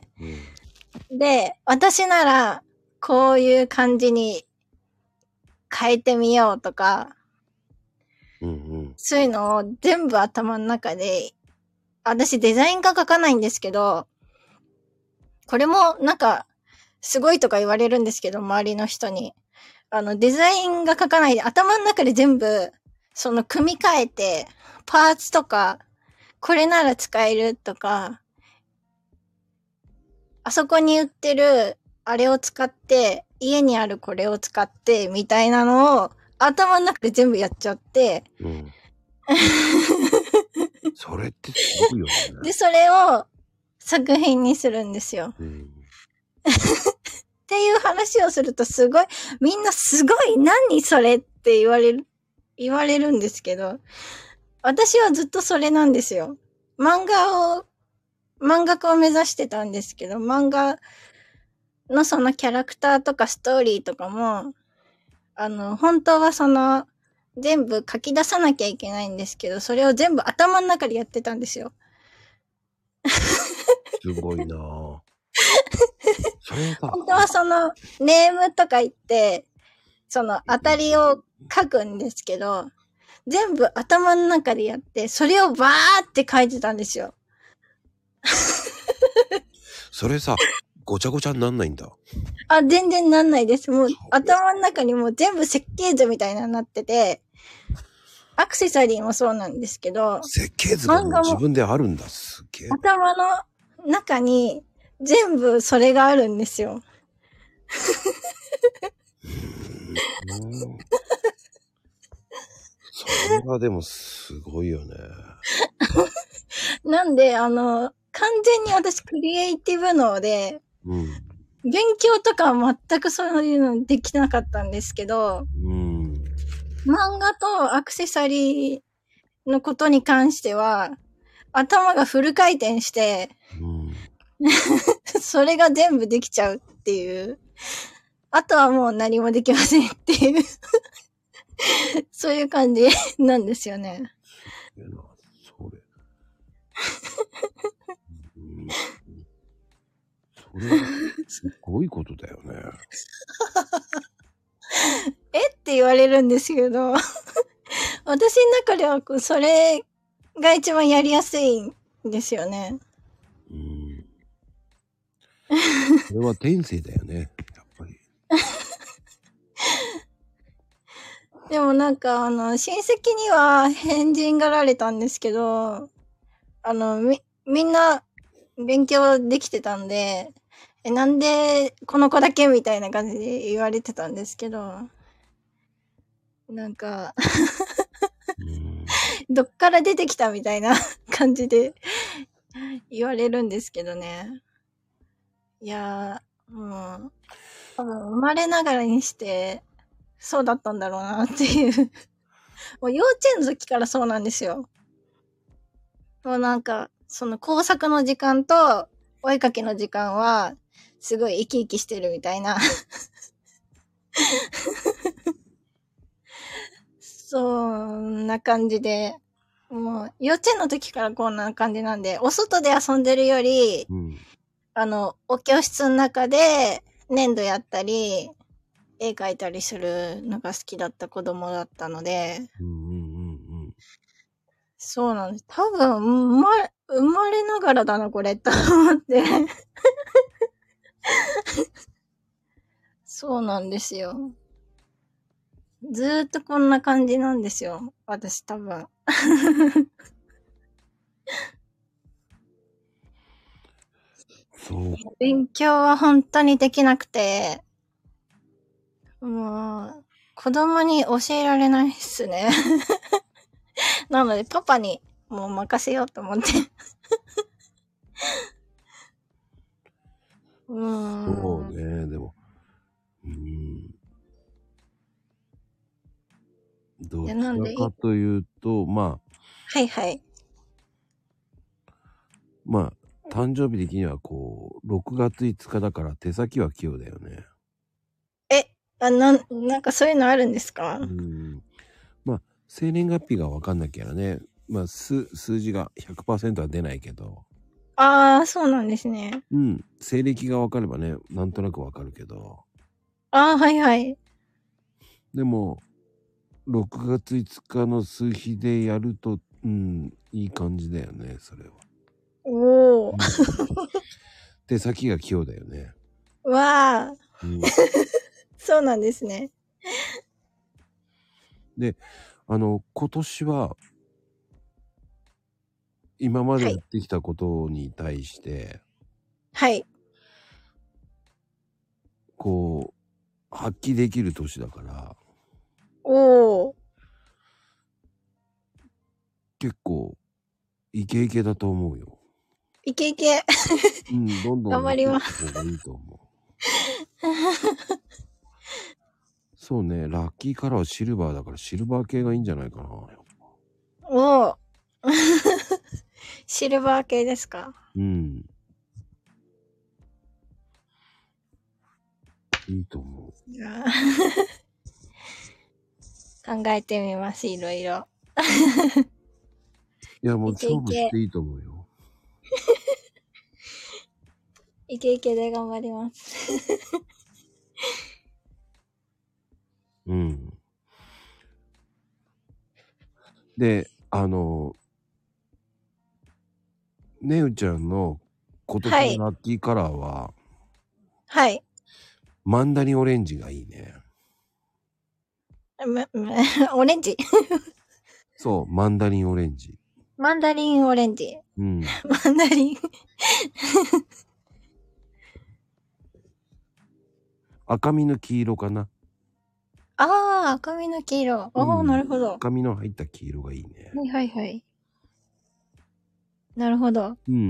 うん、で、私なら、こういう感じに変えてみようとか、うんうん、そういうのを全部頭の中で、私デザインが書かないんですけど、これもなんか、すごいとか言われるんですけど、周りの人に。あの、デザインが書かないで、頭の中で全部、その、組み替えて、パーツとか、これなら使えるとか、あそこに売ってる、あれを使って、家にあるこれを使って、みたいなのを、頭の中で全部やっちゃって、うん、 それってすごいよね。 で、それを作品にするんですよ。うんっていう話をするとすごい、みんなすごい、何それって言われる、言われるんですけど、私はずっとそれなんですよ。漫画を、漫画家を目指してたんですけど、漫画のそのキャラクターとかストーリーとかも、あの、本当はその、全部書き出さなきゃいけないんですけど、それを全部頭の中でやってたんですよ。 すごいなぁ。 本当はその、ネームとか言って、その当たりを書くんですけど、全部頭の中でやって、それをバーって書いてたんですよ。 それさ、ごちゃごちゃになんないんだ。 あ、全然なんないです。もう頭の中にもう全部設計図みたいなのになってて、アクセサリーもそうなんですけど、 設計図がもう自分であるんだ。すげえ。 頭の中に全部それがあるんですよ。 うーんそれはでもすごいよね。 なんで、あの、完全に私クリエイティブ脳で、うん、勉強とかは全くそういうのできなかったんですけど、うん、漫画とアクセサリーのことに関しては、頭がフル回転して、うん、それが全部できちゃうっていう。あとはもう何もできませんっていう。そういう感じなんですよね。それ。 うん、それはすごいことだよね。 えって言われるんですけど、私の中ではそれが一番やりやすいんですよね。うん。 それは天性だよね、やっぱり。 でもなんかあの親戚には変人がられたんですけど、あのみみんな勉強できてたんで、えなんでこの子だけみたいな感じで言われてたんですけど、なんかどっから出てきたみたいな感じで言われるんですけどね。いやー、もう、多分生まれながらにして、そうだったんだろうなっていう。もう幼稚園の時からそうなんですよ。もうなんか、その工作の時間とお絵かきの時間は、すごい生き生きしてるみたいな。そんな感じで、もう幼稚園の時からこんな感じなんで、お外で遊んでるより、 うん。 あの、お教室の中で粘土やったり、絵描いたりするのが好きだった子供だったので、 うんうんうんうん。 そうなんです。多分、生まれ、生まれながらだな、これ、と思って。そうなんですよ。ずーっとこんな感じなんですよ。私多分。 そう。 勉強は本当にできなくて、もう、子供に教えられないっすね。なので、パパにもう任せようと思って。うーん。 そうね、でも。うーん。どちらかというと、まあ。 はいはい。 まあ、誕生日的にはこう、ろくがついつかだから手先は器用だよね。 え、あ、なん、なんかそういうのあるんですか？ うん。まあ、生年月日がわかんなきゃね、まあ、数、数字が ひゃくパーセント は出ないけど。 ああ、そうなんですね。 うん。西暦がわかればね、なんとなくわかるけど。 ああ、はいはい。 でも、ろくがついつかの数日でやると、うん、いい感じだよね、それは。 おー。 手先が器用だよね。 わあ、 うん、 そうなんですね。 で、あの、今年は、今までやってきたことに対して、 はい。 こう、発揮できる年だから、 おー。 結構、イケイケだと思うよ。 いけいけ。 うん、どんどん頑張ります。 方がいいと思う。そうね、ラッキーカラーはシルバーだからシルバー系がいいんじゃないかな。 おー。シルバー系ですか？ うん。いいと思う。 じゃあ考えてみます、いろいろ。 いや、もうイケイケ勝負していいと思うよ。 イケイケで頑張ります。 うん。で、あの、ねうちゃんの今年のラッキーカラーは、 はい。 マンダリンオレンジがいいね。 む、む、オレンジそう、マンダリンオレンジ。 マンダリンオレンジ。 うん。 マンダリン。 赤身の黄色かな。 ああ、赤身の黄色。おー、 うんなるほど。 赤身の入った黄色がいいね。 はいはいはい。なるほど。 うん。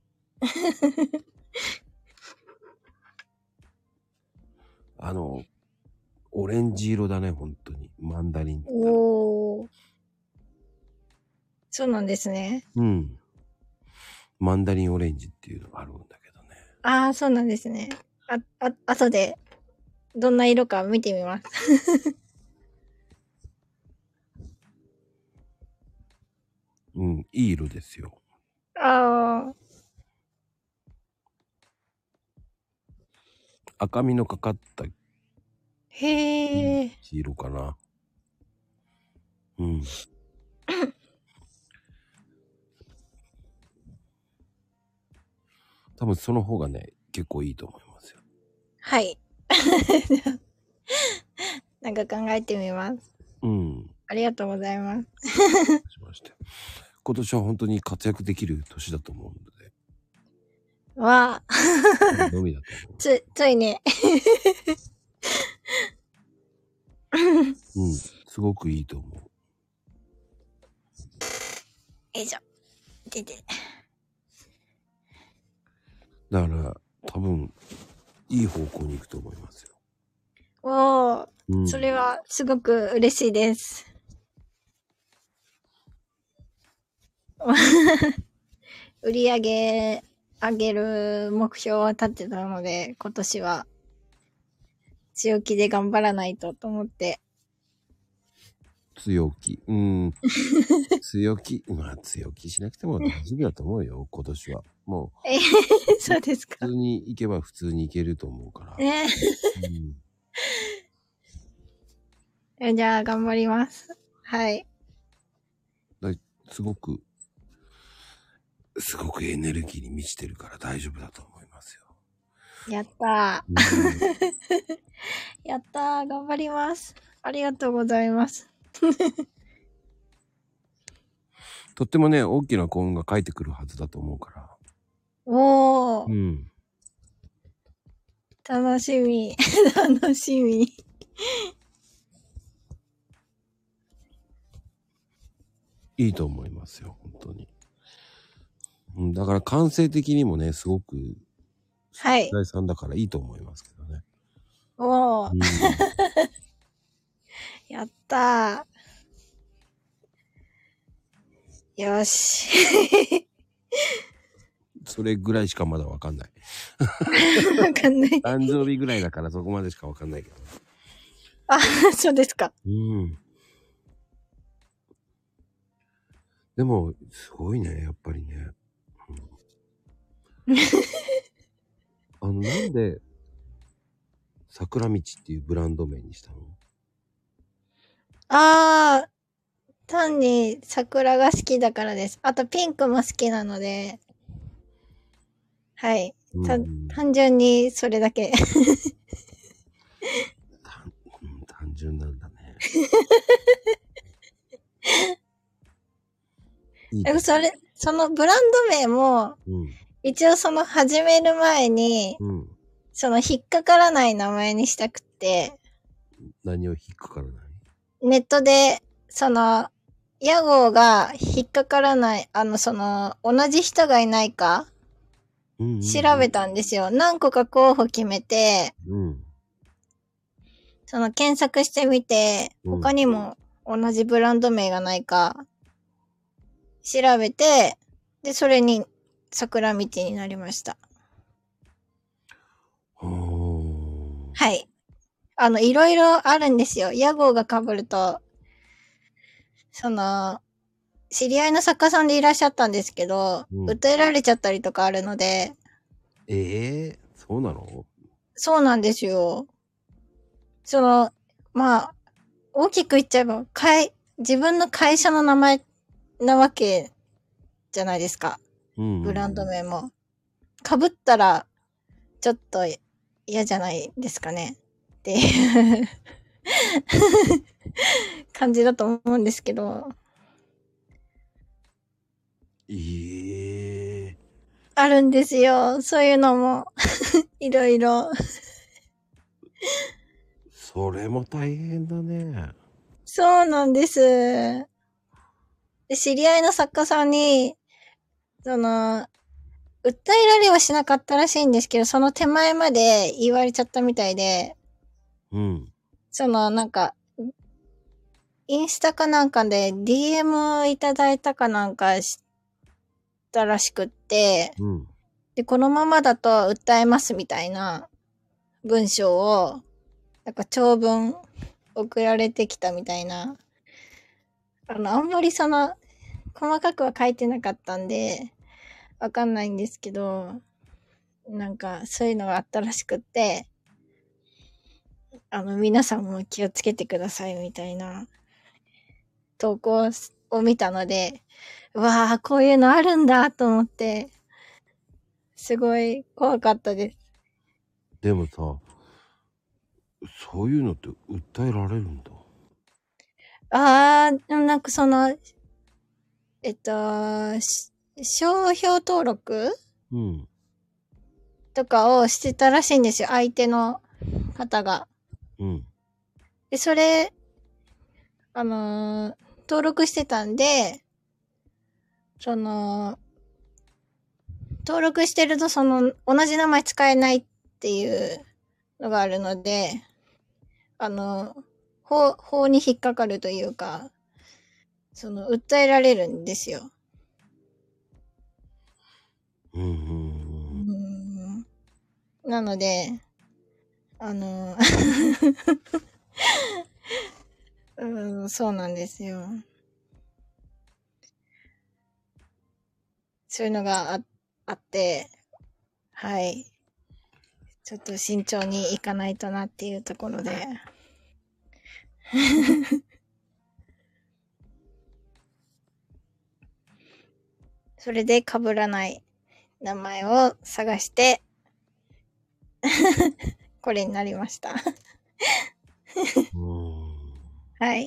あの、オレンジ色だね、本当に。マンダリン。 おー。そうなんですね。 うん。マンダリンオレンジっていうのがあるんだけどね。 ああ、そうなんですね。あ、あ、後で、どんな色か見てみます。 うん、いい色ですよ。 ああ。 赤みのかかったへえ。 黄色かな。うん。多分その方がね、結構いいと思いますよ。 はい。なんか考えてみます。 うん。 ありがとうございます。 しまして。今年は本当に活躍できる年だと思うので。 わあ。 のみだと思う。 つ、ついね。 うん。すごくいいと思う。 よいしょ。でで。 だから多分いい方向に行くと思いますよ。 おー、 うん、 それはすごく嬉しいです。売り上げ上げる目標は立ってたので、今年は強気で頑張らないとと思って。 強気。うん。強気。まあ強気しなくても大丈夫だと思うよ、今年は。もう。 えー、そうですか。 普通に行けば普通に行けると思うから。 ね、うん、じゃあ頑張ります。はい。 だすごく、すごくエネルギーに満ちてるから大丈夫だと思いますよ。 やったー。うん、やったー。頑張ります。ありがとうございます。 とってもね、大きな幸運が返ってくるはずだと思うから。 おー。 うん。 楽しみ。楽しみ。 いいと思いますよ、本当に。うん、だから感性的にもね、すごく、 はい。 大さんだからいいと思いますけどね。 おー。うん、やったー。よし。 それぐらいしかまだわかんない。 わかんない。 誕生日ぐらいだからそこまでしかわかんないけど。 あ、そうですか。 うん。でも、すごいね、やっぱりね。うん、あの、なんで、桜道っていうブランド名にしたの？ あー、単に桜が好きだからです。あとピンクも好きなので。はい。た、うん、単純にそれだけ。 単、うん、単純なんだね。いいそれ、そのブランド名も、うん、一応その始める前に、うん、その引っかからない名前にしたくって。 何を引っかからない？ ネットで、その、屋号が引っかからない、あの、その、同じ人がいないか、うんうんうん、調べたんですよ。何個か候補決めて、うん、その検索してみて、他にも同じブランド名がないか、調べて、で、それに桜道になりました。はい。あの、いろいろあるんですよ。屋号が被ると、その、知り合いの作家さんでいらっしゃったんですけど、うん、訴えられちゃったりとかあるので。 ええー、そうなの？ そうなんですよ。その、まあ、大きく言っちゃえば、会、自分の会社の名前なわけじゃないですか。うんうんうん、ブランド名も。被ったら、ちょっと嫌じゃないですかね。っていう感じだと思うんですけど。 ええー。 あるんですよ。そういうのも。いろいろ。 それも大変だね。 そうなんです。で、知り合いの作家さんに、その、訴えられはしなかったらしいんですけど、その手前まで言われちゃったみたいで、 うん。 その、なんか、インスタかなんかで ディーエム いただいたかなんかしたらしくって、うん、で、このままだと訴えますみたいな文章を、なんか長文送られてきたみたいな。あの、あんまりその、細かくは書いてなかったんで、わかんないんですけど、なんかそういうのがあったらしくって、あの、皆さんも気をつけてくださいみたいな投稿を見たので、うわぁ、こういうのあるんだと思って、すごい怖かったです。 でもさ、そういうのって訴えられるんだ。 あー、でもなんかその、えっと、商標登録、うん、とかをしてたらしいんですよ、相手の方が。うん。で、それ、あのー、登録してたんで、 その、登録してるとその同じ名前使えないっていうのがあるので、あの、法、法に引っかかるというか、その、訴えられるんですよ。 うんうんうん。 うんなので、あの、うん、そうなんですよ。そういうのが あ, あって、はい。ちょっと慎重にいかないとなっていうところで。それで被らない名前を探して、これになりました。はい。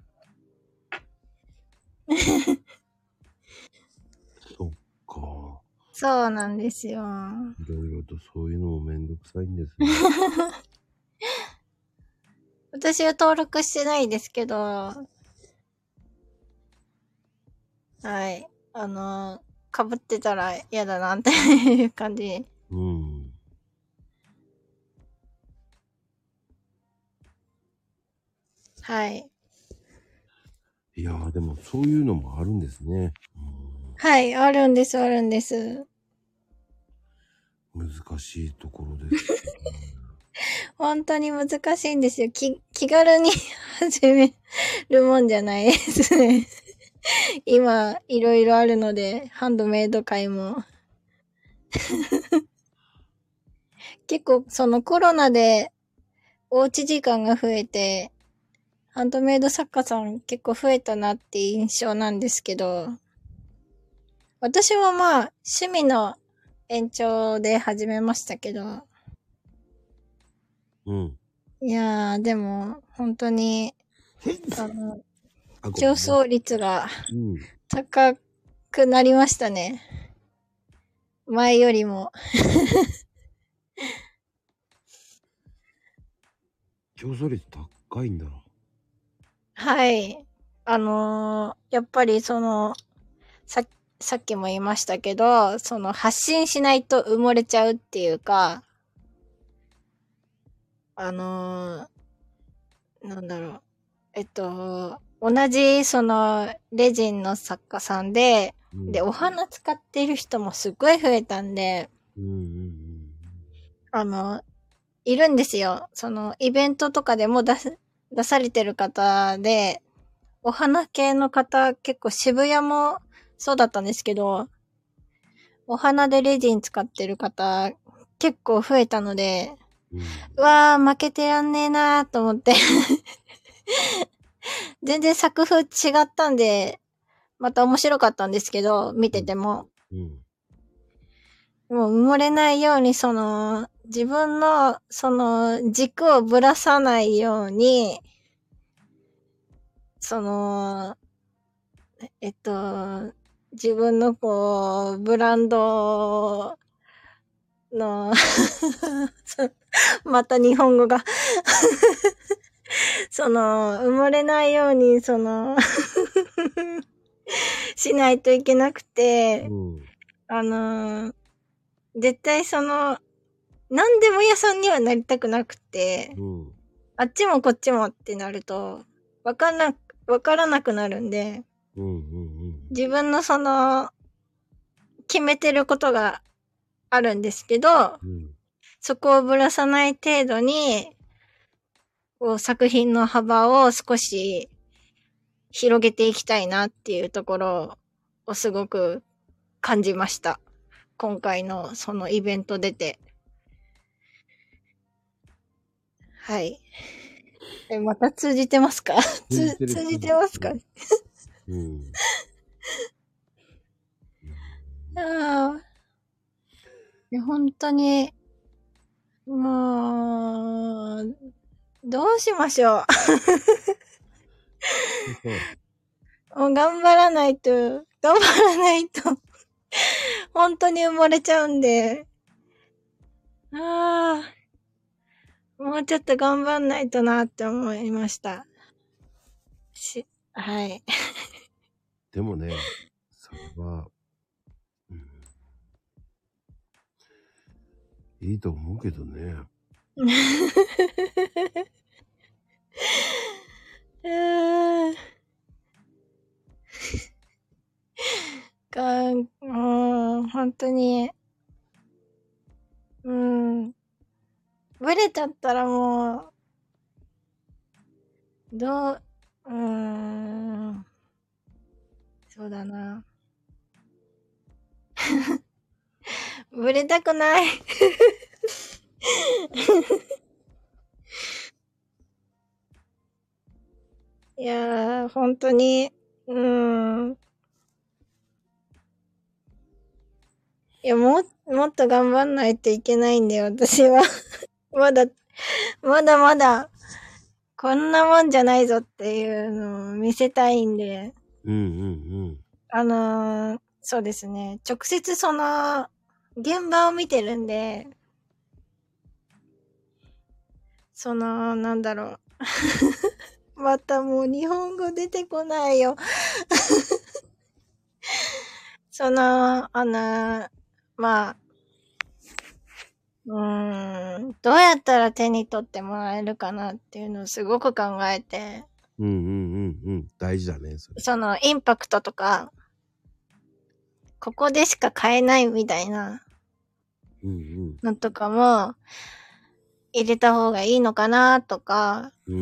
そっか。 そうなんですよ。 いろいろとそういうのもめんどくさいんですね。 私は登録してないですけど、はい。あの、被ってたら嫌だなっていう感じ。 うん。 はい。 いやー、でもそういうのもあるんですね。 はい、あるんです、あるんです。 難しいところです、ね。 本当に難しいんですよ。き、気軽に始めるもんじゃないですね。今、いろいろあるので、ハンドメイド界も。結構、そのコロナで、おうち時間が増えて、ハンドメイド作家さん結構増えたなっていう印象なんですけど、私はまあ、趣味の延長で始めましたけど、 うん。 いやー、でも、本当に、あの、競争率が高くなりましたね。前よりも。 競争率高いんだ。 はい。あのー、やっぱりその、さ、さっきも言いましたけど、その発信しないと埋もれちゃうっていうか、あのー、なんだろう。えっと、同じそのレジンの作家さんで、うん、で、お花使ってる人もすっごい増えたんで、うんうんうん、あの、いるんですよ。そのイベントとかでも出す、出されてる方で、お花系の方結構渋谷もそうだったんですけど、お花でレジン使ってる方結構増えたので、うん、うわー負けてらんねえなーと思って。全然作風違ったんで、また面白かったんですけど、見てても。うんうん、もう埋もれないように、その、自分の、その、軸をぶらさないように、その、えっと、自分のこう、ブランドの、また日本語がその、埋もれないように、その、しないといけなくて、うん、あの、絶対その、何でも屋さんにはなりたくなくて、うん、あっちもこっちもってなると、わかんな、わからなくなるんで、うんうんうん、自分のその、決めてることがあるんですけど、うん、そこをぶらさない程度に、こう作品の幅を少し広げていきたいなっていうところをすごく感じました。今回のそのイベント出て。はい。え、また通じてますか？通じてますか？うん。ああ。いや、本当に、もう、どうしましょう。もう頑張らないと、頑張らないと、本当に埋もれちゃうんで。ああ。もうちょっと頑張んないとなって思いました。し、はい。 でもね、 れは、うん、いいと思うけどね。 うんか、うん、本当に、うん、ブレちゃったらもう、どう、うーん、そうだな。ブレたくない。いやー、本当に、うーん。いや、も、もっと頑張んないといけないんだよ、私は。まだ、まだまだ、こんなもんじゃないぞっていうのを見せたいんで。 うんうんうん。 あのー、そうですね。直接その、現場を見てるんで、その、なんだろう。またもう日本語出てこないよ。その、あの、まあ、うーん、どうやったら手に取ってもらえるかなっていうのをすごく考えて。 うんうんうんうん。大事だね、それ。 その、インパクトとか、ここでしか買えないみたいなのとかも、入れた方がいいのかなとか、 うん。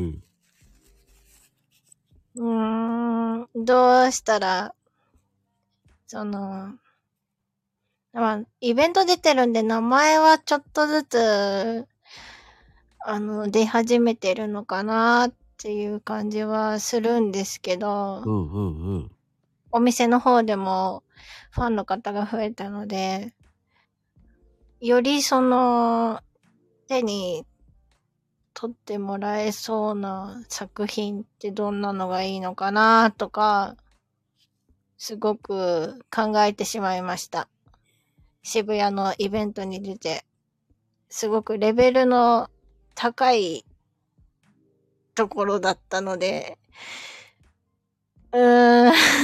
うーん、どうしたら、その、まあ、イベント出てるんで名前はちょっとずつ、あの、出始めてるのかなっていう感じはするんですけど、 うんうんうん。 お店の方でもファンの方が増えたので、よりその、手に取ってもらえそうな作品ってどんなのがいいのかなとか、すごく考えてしまいました。渋谷のイベントに出て、すごくレベルの高いところだったので、うーん。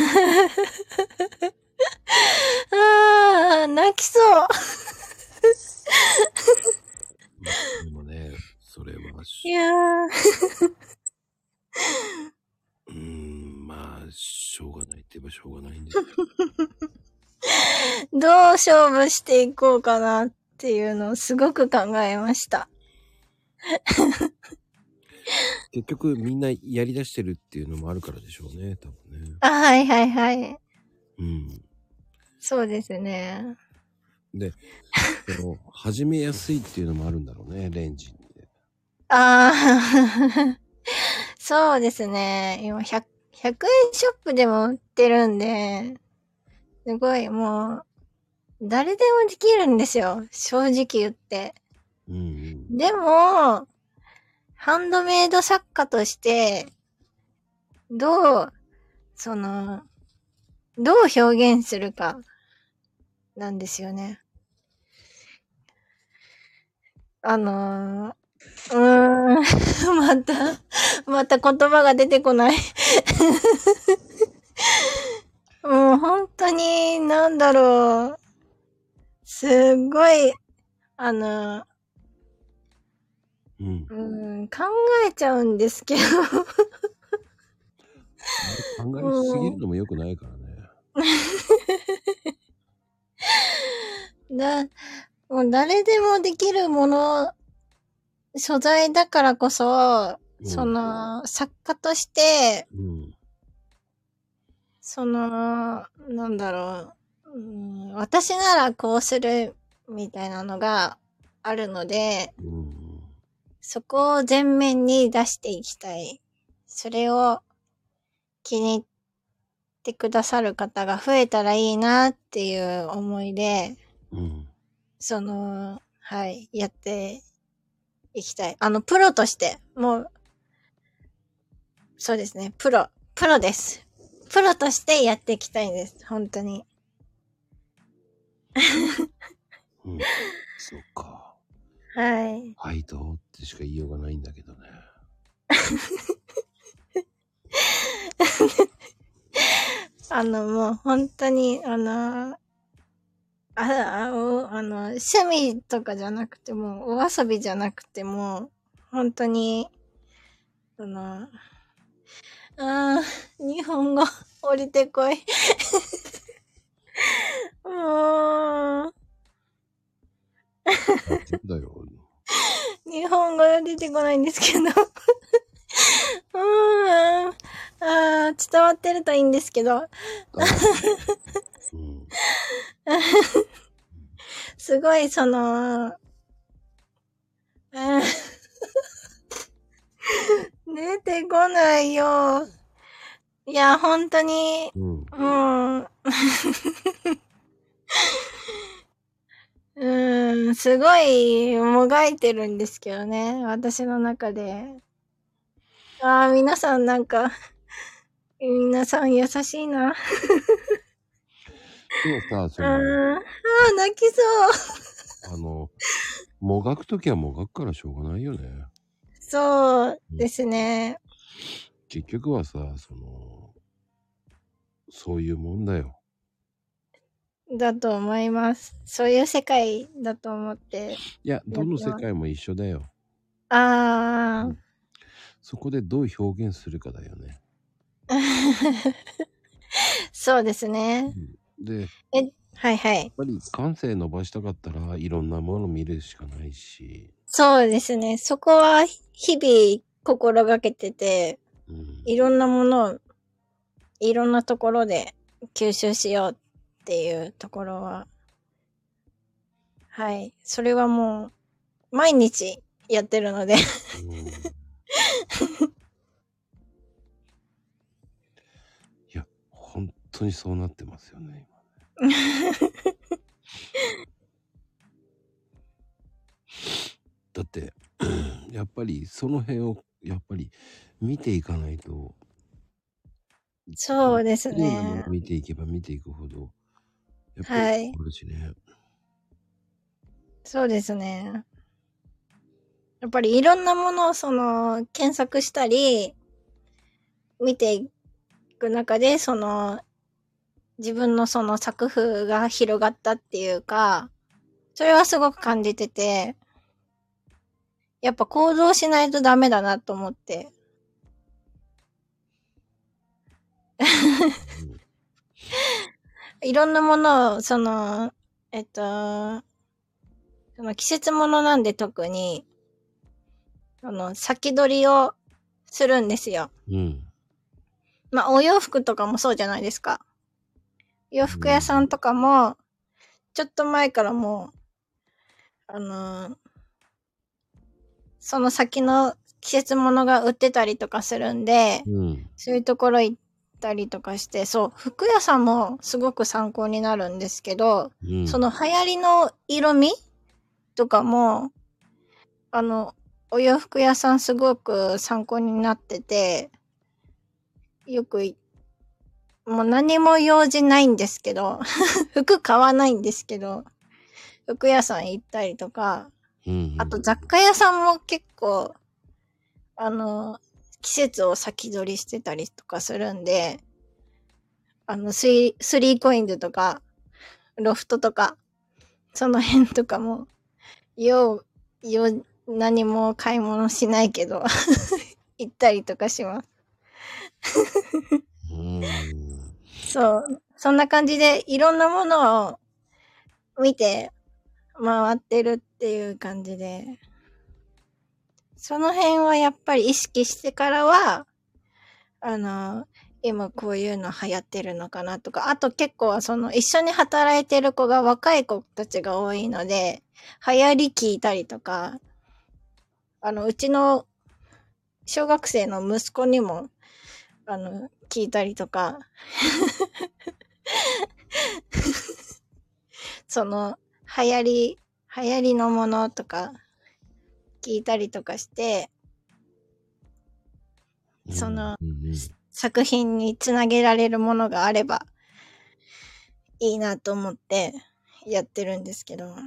あー、泣きそう。 でもね、それは、 いやー。 うーん、まあ、しょうがないって言えばしょうがないんですどう勝負していこうかなっていうのをすごく考えました。 結局みんなやり出してるっていうのもあるからでしょうね、多分ね。 あ、はいはいはい。 うん。 そうですね。 で、その、始めやすいっていうのもあるんだろうね、レンジで。 ああ、そうですね。今ひゃく、ひゃくえんショップでも売ってるんで、すごいもう、誰でもできるんですよ。正直言って。 うんうん、 でも、ハンドメイド作家として、どう、その、どう表現するか、なんですよね。あのー、うーん、また、また言葉が出てこない。もう本当に、なんだろう。すっごい、あの、 うん。 うーん、考えちゃうんですけど。 考えすぎるのも良くないからね。 だ、もう誰でもできるもの、素材だからこそ、 うん、 その、作家として、 うん、 その、なんだろう、うん、私ならこうするみたいなのがあるので、 うん、 そこを前面に出していきたい。それを気に入ってくださる方が増えたらいいなっていう思いで、 うん、 その、はい、やっていきたい。あの、プロとして、もう、そうですね、プロ、プロです。プロとしてやっていきたいんです。本当に。 うん。そっか。 はい。 はいどうってしか言いようがないんだけどね。 あの、もう本当に、あの、あ、あ、おあの、趣味とかじゃなくても、お遊びじゃなくても、本当に、あの、あー、日本語、降りてこい。もう、 大丈夫だよ。 日本語が出てこないんですけど。うーん。あー、伝わってるといいんですけど。 うん、 すごい、その、うん出てこないよ。いや、本当に、 うん。 もう、うーん、すごいもがいてるんですけどね、私の中で。ああ、皆さんなんか、皆さん優しいな。 でもさ、その、 うーん、ああ、泣きそう。 あの、もがくときはもがくからしょうがないよね。 そうですね。 結局はさ、その、そういうもんだよ。 だと思います。そういう世界だと思って。 いや、どの世界も一緒だよ。 ああ、 うん、そこでどう表現するかだよね。 そうですね。 うん、で、 え、はいはい。 やっぱり感性伸ばしたかったらいろんなもの見るしかないし。 そうですね。そこは日々心がけてて、 うん、 いろんなものをいろんなところで吸収しようっていうところは、はい。それはもう毎日やってるので、 うん、いや、本当にそうなってますよね、今ね。だってやっぱりその辺をやっぱり見ていかないと、 そうです綺麗なものね。 を見ていけば見ていくほどやっぱりはい。 あるしね。 そうですね。やっぱりいろんなものをその検索したり見ていく中で、その自分のその作風が広がったっていうか、それはすごく感じてて、やっぱ行動しないとダメだなと思って。いろんなものを、その、えっと、その季節ものなんで特に、その先取りをするんですよ。 うん。 まあ、お洋服とかもそうじゃないですか。洋服屋さんとかも、ちょっと前からもう、あのーその先の季節物が売ってたりとかするんで、 うん。 そういうところ行ったりとかして、そう、服屋さんもすごく参考になるんですけど、 うん。 その流行りの色味とかも、あの、お洋服屋さんすごく参考になってて、よくい、もう何も用事ないんですけど、服買わないんですけど、服屋さん行ったりとか、 うんうん、 あと雑貨屋さんも結構、あの、季節を先取りしてたりとかするんで、あの、スリー、スリーコインズとか、ロフトとか、その辺とかも、よう、よう、何も買い物しないけど、行ったりとかします。 うん。 そう。そんな感じで、いろんなものを見て回ってるっていう感じで、その辺はやっぱり意識してからは、あの、今こういうの流行ってるのかなとか、あと結構その一緒に働いてる子が若い子たちが多いので、流行り聞いたりとか、あの、うちの小学生の息子にも、あの、聞いたりとか、その、流行り、流行りのものとか、聞いたりとかして、その、 うんうん、 作品につなげられるものがあれば、いいなと思ってやってるんですけど。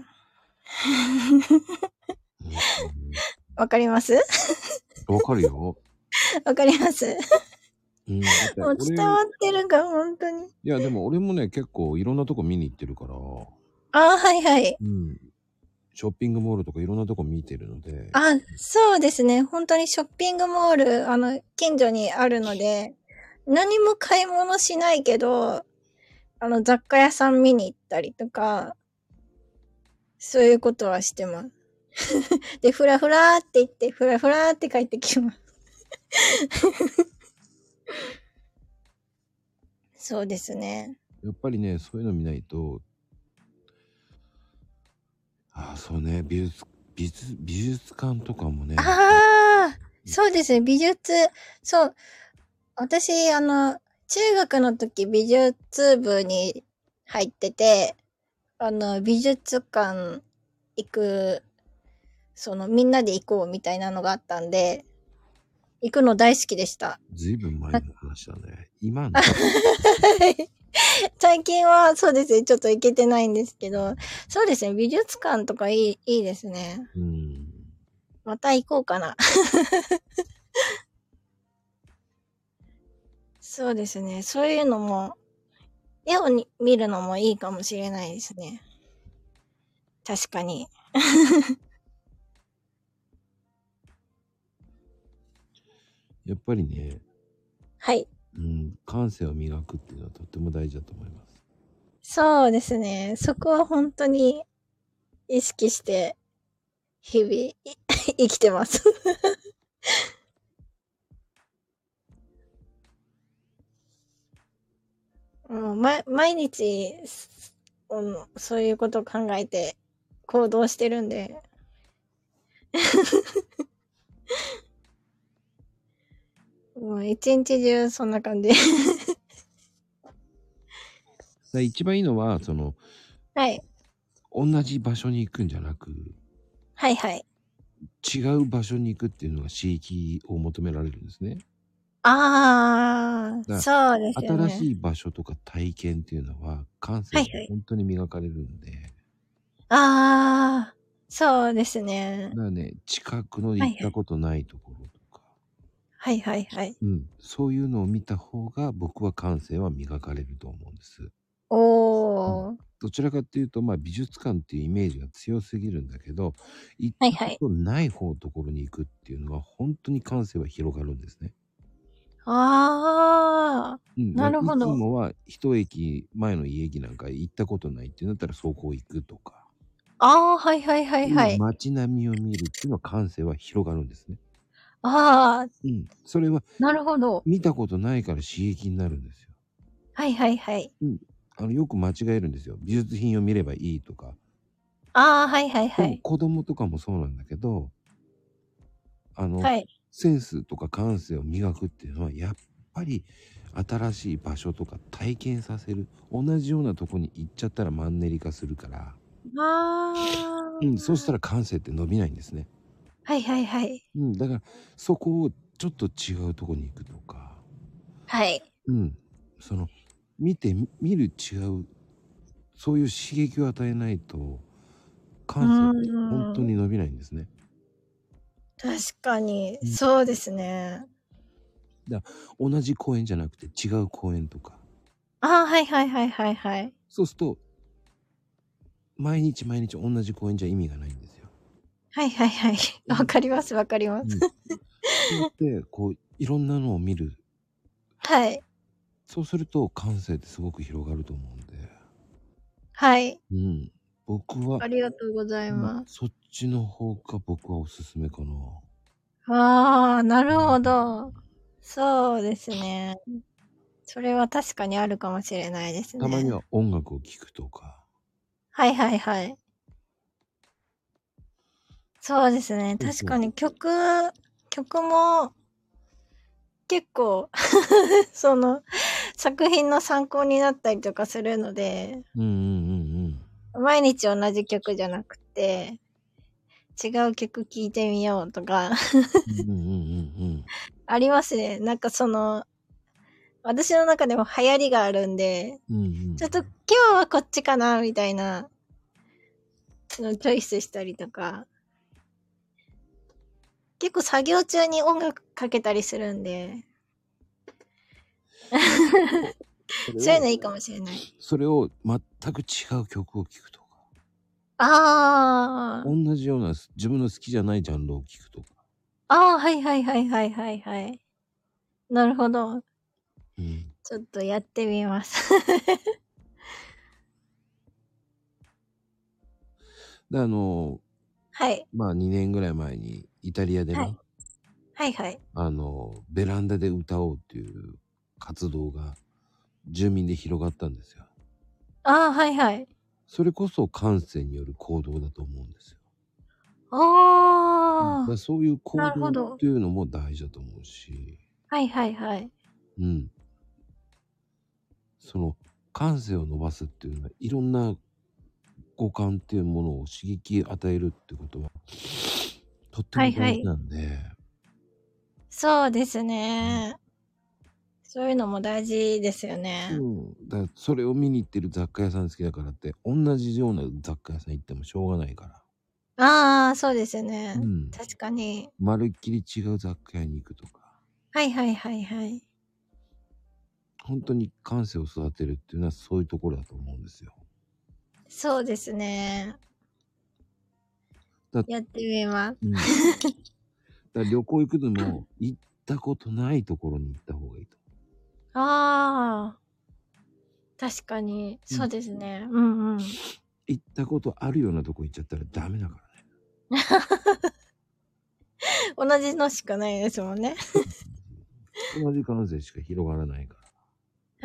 わかります？ わかるよ。 わかります？ うん、だってもう伝わってるか、本当に。 いや、でも俺もね、結構いろんなとこ見に行ってるから。 ああ、はいはい。 うん。ショッピングモールとかいろんなとこ見てるので。 あ、そうですね。本当にショッピングモール、あの、近所にあるので、何も買い物しないけど、あの、雑貨屋さん見に行ったりとか、そういうことはしてます。で、ふらふらーって言って、ふらふらーって帰ってきます。そうですね。 やっぱりね、そういうの見ないと、ああ、そうね、美術、美術、美術館とかもね。 ああ、そうですね、美術、そう。私、あの、中学の時美術部に入ってて、あの、美術館行く、その、みんなで行こうみたいなのがあったんで、行くの大好きでした。 ずいぶん前の話だね。今の。 最近はそうですね、ちょっと行けてないんですけど、そうですね、美術館とかいい、いいですね。 うん。 また行こうかな。そうですね、そういうのも、絵を見るのもいいかもしれないですね。確かに。 やっぱりね、 はい。 うん、感性を磨くっていうのはとっても大事だと思います。 そうですね。そこは本当に意識して日々生きてます。もうま、毎日、うん、そういうことを考えて行動してるんで。もう一日中そんな感じ。 だ一番いいのは、その、 はい。 同じ場所に行くんじゃなく、 はいはい。 違う場所に行くっていうのが刺激を求められるんですね。 ああ、 だそうですよね。 新しい場所とか体験っていうのは感性がはいはい。 本当に磨かれるんで。 ああ、そうですね。 だからね、近くのはいはい。 行ったことないところとか、 はいはいはい。 うん、そういうのを見た方が僕は感性は磨かれると思うんです。うん、 おー。 どちらかっていうと、まあ美術館っていうイメージが強すぎるんだけど、行ったこはいはい。 とない方のところに行くっていうのは本当に感性は広がるんですね。 ああ、 うん、だからいなるほど。 つもは一駅前の家駅なんか行ったことないっていうんだったらそこ行くとか、 ああ、はいはいはいはい。 街並みを見るっていうのは感性は広がるんですね。 ああ、 うん、それはなるほど。 見たことないから刺激になるんですよ。 はいはいはい。 うん、あのよく間違えるんですよ。美術品を見ればいいとか。 ああ、はいはいでもはい。 子供とかもそうなんだけど、あのはい。 センスとか感性を磨くっていうのはやっぱり新しい場所とか体験させる。同じようなとこに行っちゃったらマンネリ化するから。 あうん、そうしたあ、 ら感性って伸びないんですね。 はいはいはい。 うん、だからそこをちょっと違うとこに行くとか、 はい。 うん、その見て見る違うそういう刺激を与えないとう感性って本当ーん。 に伸びないんですね。 確かに、 うん、 そうですね。 だから同じ公園じゃなくて違う公園とか、 ああ、はいはいはいはいはい。 そうすると毎日毎日同じ公園じゃ意味がないんですよ。 はいはいはい。 うん、 わかりますわかります。 うん、そうやってこういろんなのを見る。 はい。 そうすると感性ってすごく広がると思うんで。 はい。 うん。僕は、 ありがとうございうん、 ます。 そっちの方が僕はおすすめかな。 ああ、なるほうん、 ど。そうですね。それは確かにあるかもしれないですたまにね。 は音楽を聴くとか。 はいはいはい。そうですね。 そうそう。 確かに曲、曲も結構その作品の参考になったりとかするので、 うんうんうん毎日同じ曲じゃなくて、違う曲聴いてみようとかうん。うんうんうんうん。 ありますね。なんかその、私の中でも流行りがあるんで、 うんうん。 ちょっと今日はこっちかなみたいなのチョイスしたりとか、結構作業中に音楽かけたりするんで、 そういうのいいかもしれない。 それを全く違う曲を聴くとか。 ああ。 同じような自分の好きじゃないジャンルを聴くとか。 ああ、はいはいはいはいはいはい。なるほど。 うん。 ちょっとやってみます。 で、あの、 はい。 まあにねんぐらい前にイタリアでね、 はい。はいはい。 あの、ベランダで歌おうっていう活動が住民で広がったんですよ。 ああ、はいはい。 それこそ感性による行動だと思うんですよ。 ああ、 だからそういう行なるほど。 動っていうのも大事だと思うし、 はいはいはい。 うん。その感性を伸ばすっていうのは、いろんな五感っていうものを刺激与えるってことは、とってもはいはい。 大事なんで、 そうですうん。 ね。そういうのも大事ですようね。 ん。だからそれを見に行ってる雑貨屋さん好きだからって、同じような雑貨屋さん行ってもしょうがないから。 ああ、そうですようね。 ん。 確かに。 まるっきり違う雑貨屋に行くとか、 はいはいはいはい。 本当に感性を育てるっていうのはそういうところだと思うんですよ。 そうですね。 だ、 やってみます。 うん。だから旅行行くのも、行ったことないところに行った方がいいと。 ああ、確かに。 うん。 そうですね。うんうん。 行ったことあるようなとこ行っちゃったらダメだからね。 同じのしかないですもんね。 同じ感性しか広がらないから。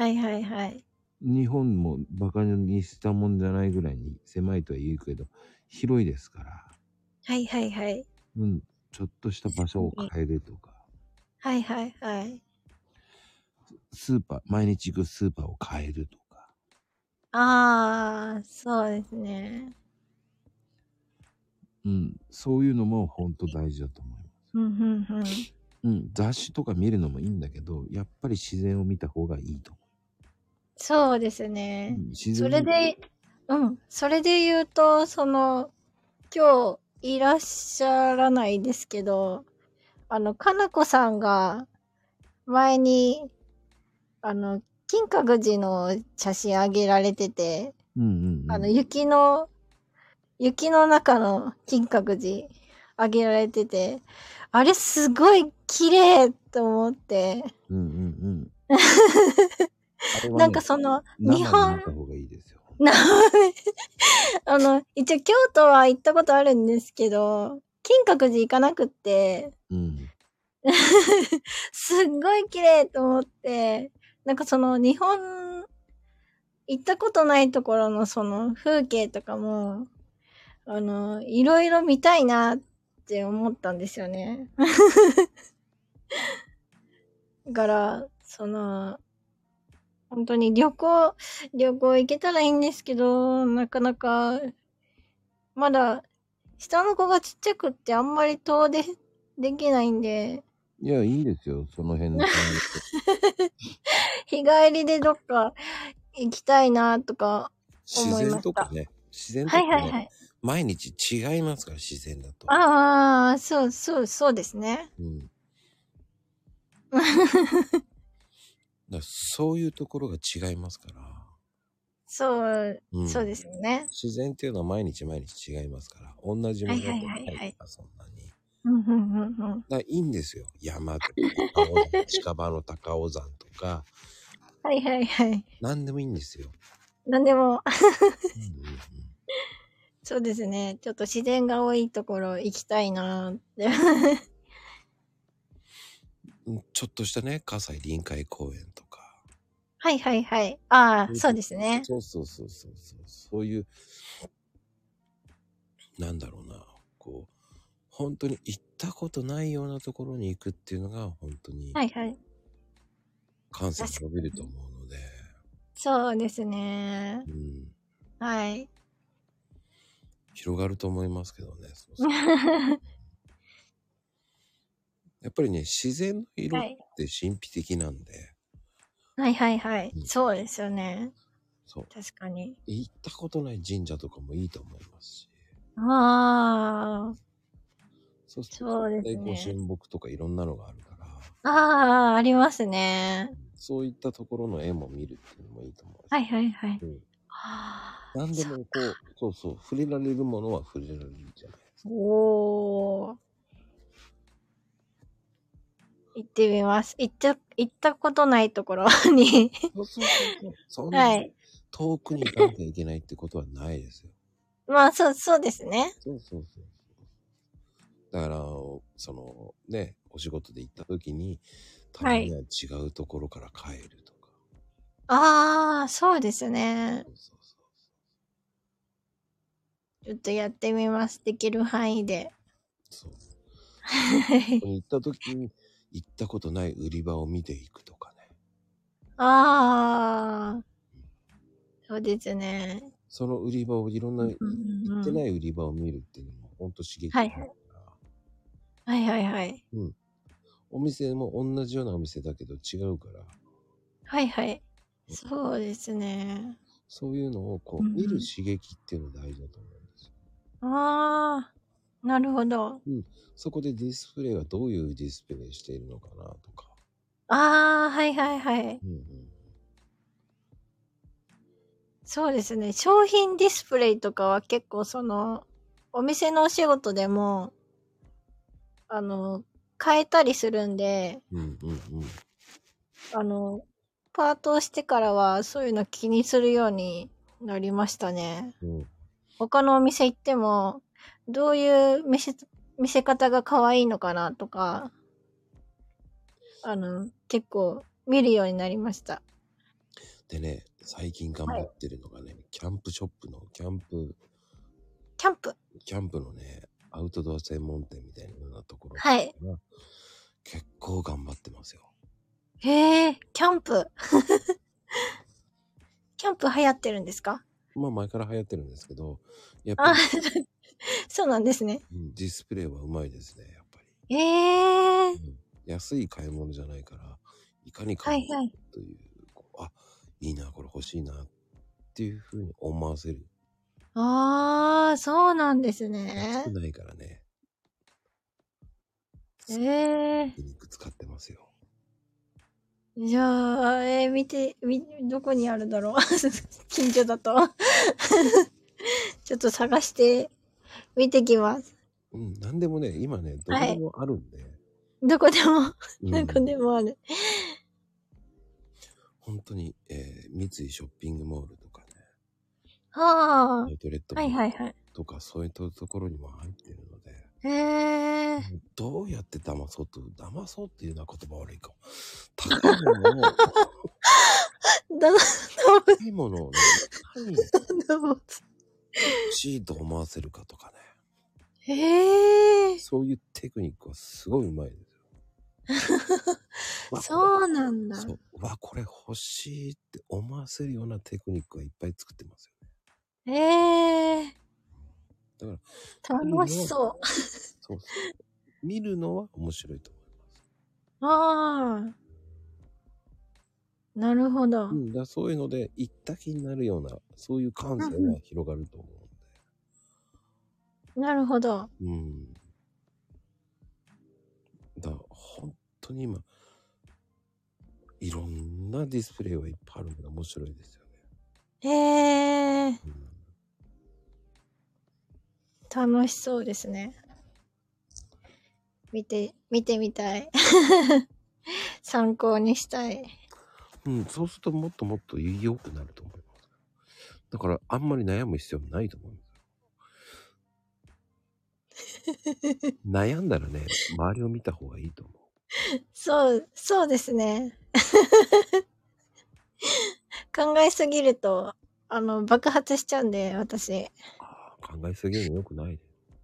はいはいはい。 日本もバカにしたもんじゃないぐらいに狭いとは言うけど、広いですから。 はいはいはい。 うん。ちょっとした場所をに変えるとか、 はいはいはい。 スーパー、毎日行くスーパーを変えるとか。 ああ、そうですね。 うん。そういうのも本当大事だと思います。 うんうんうん。 うん。雑誌とか見るのもいいんだけど、やっぱり自然を見た方がいいと思そうですう。うね。 ん。自そ然に、 れで、うん。それで言うと、その、今日いらっしゃらないですけど、あの、かなこさんが前に、あの、金閣寺の写真あげられてて、 うんうんうあの、 ん。 雪の、雪の中の金閣寺あげられてて、あれすごい綺麗と思って、 うんうんうん。あれはなんかね、 その、 生で日本、 見た方がいいですよ。 なあの、一応京都は行ったことあるんですけど、金閣寺行かなくって、 うん。 すっごい綺麗と思って、なんかその日本、行ったことないところのその風景とかも、あの、いろいろ見たいなって思ったんですよね。だから、その、本当に旅行、旅行行けたらいいんですけど、なかなか、まだ、下の子がちっちゃくってあんまり遠出できないんで、 いや、いいんですよ。その辺の感日帰りでどっか行きたいなとかじ。自然思いました。 とかね、自然はとかね、 いはいはい。 毎日違いますから、自然だと。 ああ、そうそう、そうですね。 うん。だからそういうところが違いますから。 そう、 うん。 そうですよね。 自然っていうのは毎日毎日違いますから、同じものではいはいはいないはい。 から、そんなに。 うんうんうんうん。 だからいいんですよ。山とか、高尾山近場の高尾山とか、 はいはいはい。 何でもいいんですよ。 なんでも、 うんうんそうですね。ちょっと自然が多いところ行きたいなーって。 うん、ちょっとしたね、葛西臨海公園とか。 はいはいはい。ああ、 そういうとそうですね。 そうそうそうそうそう。そういう、なんだろうな、こう、本当に行ったことないようなところに行くっていうのが本当にはいはい。 感性が確か伸びるとに。 思うので、 そうですね。 うん、 はい。 広がると思いますけどね。そうそう。やっぱりね、自然の色っはい。 て神秘的なんで、 はいはいはい。 うん、 そうですよね。 そう。 確かに。 行ったことない神社とかもいいと思いますし、 ああ、 そうするとそうで絶対ごすね。 神木とかいろんなのがあるから、 ああ、ありますね。 そういったところの絵も見るっていうのもいいと思う。 はいはいはい。 うん、 はあ。 何でもこう、そうそう、触れられるものは触れられるじゃないですか。 おー。行ってみます。行った、行ったことないところに。 そうそうそうそう。そんなはい。 遠くに行かなきゃいけないってことはないですよ。 まあ、そう、そうですね。 そうそうそう。だから、そのね、お仕事で行った時に、たまには違うところから帰るとか。 ああ、そうですね。 そうそうそう。 ちょっとやってみます。できる範囲で。 そう。 はい。 行った時に行ったことない売り場を見ていくとかね。 ああ、そうですね。 その売り場をいろんな、 うんうんうん、 行ってない売り場を見るっていうのも本当刺激はいはい。はいはいはい。 うん。お店も同じようなお店だけど違うから。 はいはい。そうですね。 そういうのをこう、 うんうん、 見る刺激っていうのが大事だと思うんですよ。 ああ、なるほど。 うん。そこでディスプレイはどういうディスプレイしているのかなとか。 ああ、はいはいはい。 うんうん。 そうですね。商品ディスプレイとかは結構その、お店のお仕事でも、あの、変えたりするんで、 うんうんうん。 あの、パートをしてからはそういうの気にするようになりましたね。 うん、 他のお店行っても、どういう見せ、見せ方が可愛いのかなとか、あの、結構見るようになりました。 でね、最近頑張ってるのがね、はい、キャンプショップのキャンプ、 キャンプキャンプのね、アウトドア専門店みたいなところが、 はい、 結構頑張ってますよ。 へえ、キャンプキャンプ流行ってるんですか？ まあ前から流行ってるんですけど、やっぱりそうなんですね、 うん、ディスプレイはうまいですね、やっぱり。えー、 うん、安い買い物じゃないから、いかに買うという、はいはい、あ、いいな、これ欲しいなっていう風に思わせる。 ああ、そうなんですね。 安くないからね。 ええー。 肉使ってますよ。 じゃあ、えー、見て、み、どこにあるだろう近所だと。ちょっと探して見てきます。 うん、なんでもね、今ね、どこでもあるんで。はい、 どこでも、どこでもある。 本当に、えー、三井ショッピングモールとかね。 はあ。 アウトレットはいはいはい。 とか、そういったところにも入ってるので。 へえ。 どうやって騙そうと、騙そうっていうのは言葉悪いかも。高いものを、高いものをね、いかに欲しいと思わせるかとかね。 へえ。 そういうテクニックはすごいうまいですよ。 そうなんだ。 そう。わ、これ欲しいって思わせるようなテクニックはいっぱい作ってますよね。へえ。 だから、 楽しそう。 そうそう。見るのは面白いと思います。 ああ。なるほど。 うん、だそういうので、行った気になるような、そういう感性が広がると思うんで。 うん、なるほど。 うん。だ本当に今、いろんなディスプレイはいっぱいあるので面白いですよね。 へえ、うん。楽しそうですね。見て、見てみたい。参考にしたい。 うん、そうするともっともっと良くなると思います。だからあんまり悩む必要ないと思うんですよ。悩んだらね、周りを見た方がいいと思う。 そう、そうですね。考えすぎると、あの、爆発しちゃうんで、私。 ああ、考えすぎるの良くないね。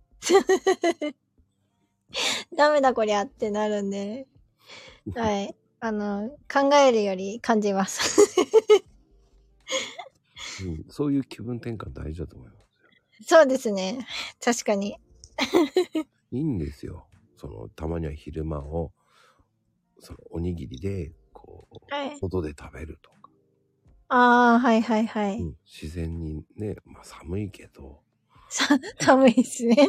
ダメだこりゃってなるんで。はい。あの、考えるより感じます。 うん、そういう気分転換大事だと思いますよ。 そうですね。確かに。 いいんですよ。その、たまには昼間を、その、おにぎりで、こう、はい、外で食べるとか。 ああ、はいはいはい、 うん。自然にね、まあ寒いけど。 さ、寒いですね。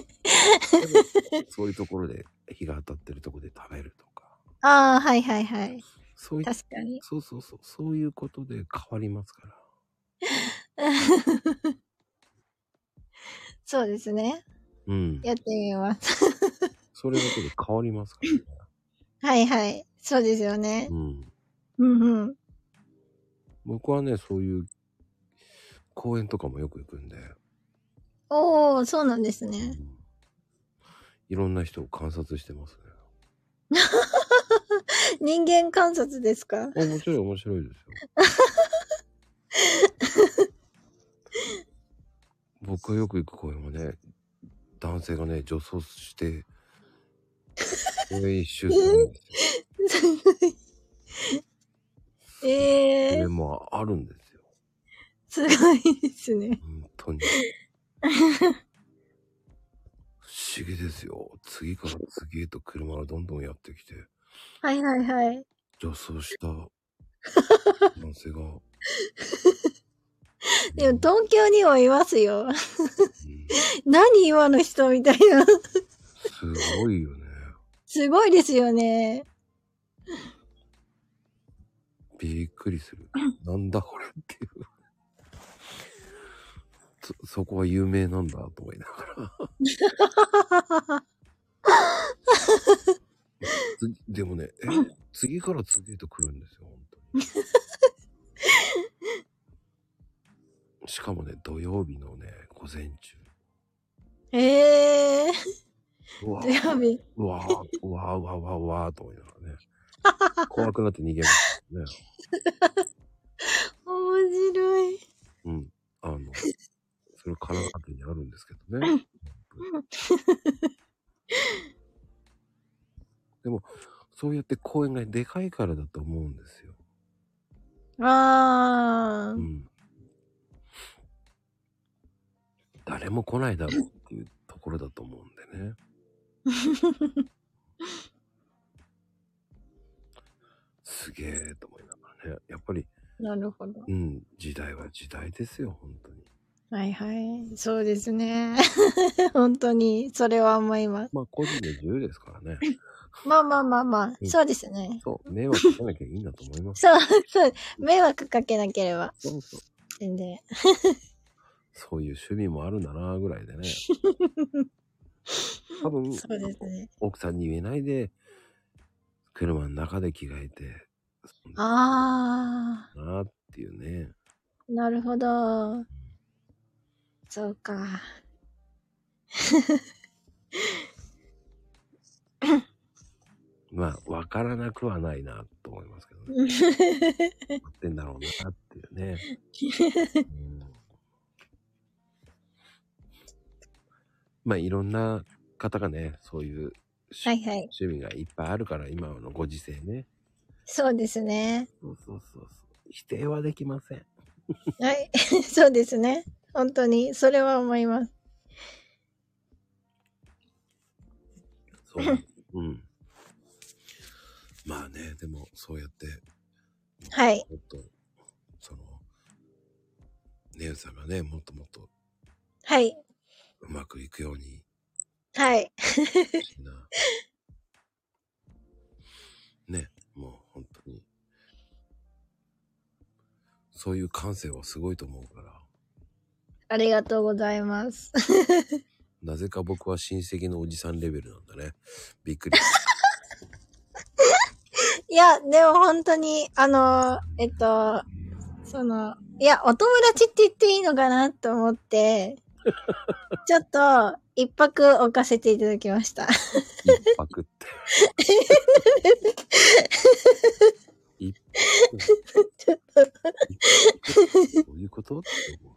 そういうところで、日が当たってるところで食べるとか。 ああ、はいはいはい。 そうい確かに。 そうそうそう、そういうことで変わりますから。 そうですね。 うん。 やってみます。 それだけで変わりますからね。 はいはい。そうですよね。 うん。 うんうん。 僕はね、そういう公園とかもよく行くんで。 おー、そうなんですね。 うん、いろんな人を観察してますね。 人間観察ですか？ 面白い面白いですよ。僕がよく行く公園はね、男性がね、女装して、公園一周するんですよ。 ええー。 もあるんですよ。 すごいですね。 本当に。不思議ですよ。次から次へと車がどんどんやってきて。 はいはいはい。 女装した男性が。 でも東京にもいますよ。うん、何今の人みたいな。 すごいよね。 すごいですよね。 びっくりする。なんだこれっていう。そ、そこは有名なんだと思いながら。でもね、え、次から次へと来るんですよ、本当に。しかもね、土曜日のね、午前中。 ええー。 うわ土曜日。 うわー、うわー、うわー、うわー、うわーと思いながらね。怖くなって逃げますね。 面白い。 うん。あの、それ神奈川県にあるんですけどね。でも、そうやって公園がでかいからだと思うんですよ。 あー。 うん。誰も来ないだろうっていうところだと思うんでね。すげえと思いながらね。やっぱり。 なるほど。 うん。時代は時代ですよ、本当に。 はいはい。そうですね。本当に、それは思います。 まあ、個人の自由ですからね。 まあまあまあまあ、 うん、 そうですね。 そう、迷惑かけなきゃいいんだと思います。 そう、そう、迷惑かけなければ。 そうそう。 全然。 そういう趣味もあるんだなぐらいでね。多分、 そうですね。 奥さんに言えないで、車の中で着替えて。 ああ。なっていうね。 なるほど。うん、そうか。 まあ、わからなくはないなと思いますけどね。やってんだろうなっていうね。うん、まあ、いろんな方がね、そういうはいはい、 趣味がいっぱいあるから、今のご時世ね。 そうですね。 そうそうそうそう。否定はできません。 はい。そうですね。本当に、それは思います。 そう。うん。まあね、でも、そうやって、 はい。 もっと、その、ネウさんがね、もっともっと、 はい。 うまくいくように。 はい。 ね、もう本当に。そういう感性はすごいと思うから。 ありがとうございます。 なぜか僕は親戚のおじさんレベルなんだね。びっくり。 いや、でも本当に、あの、えっと、その、いや、お友達って言っていいのかなと思って、ちょっと、一泊置かせていただきました。 一泊って。一泊ちょっと。どういうことって思う。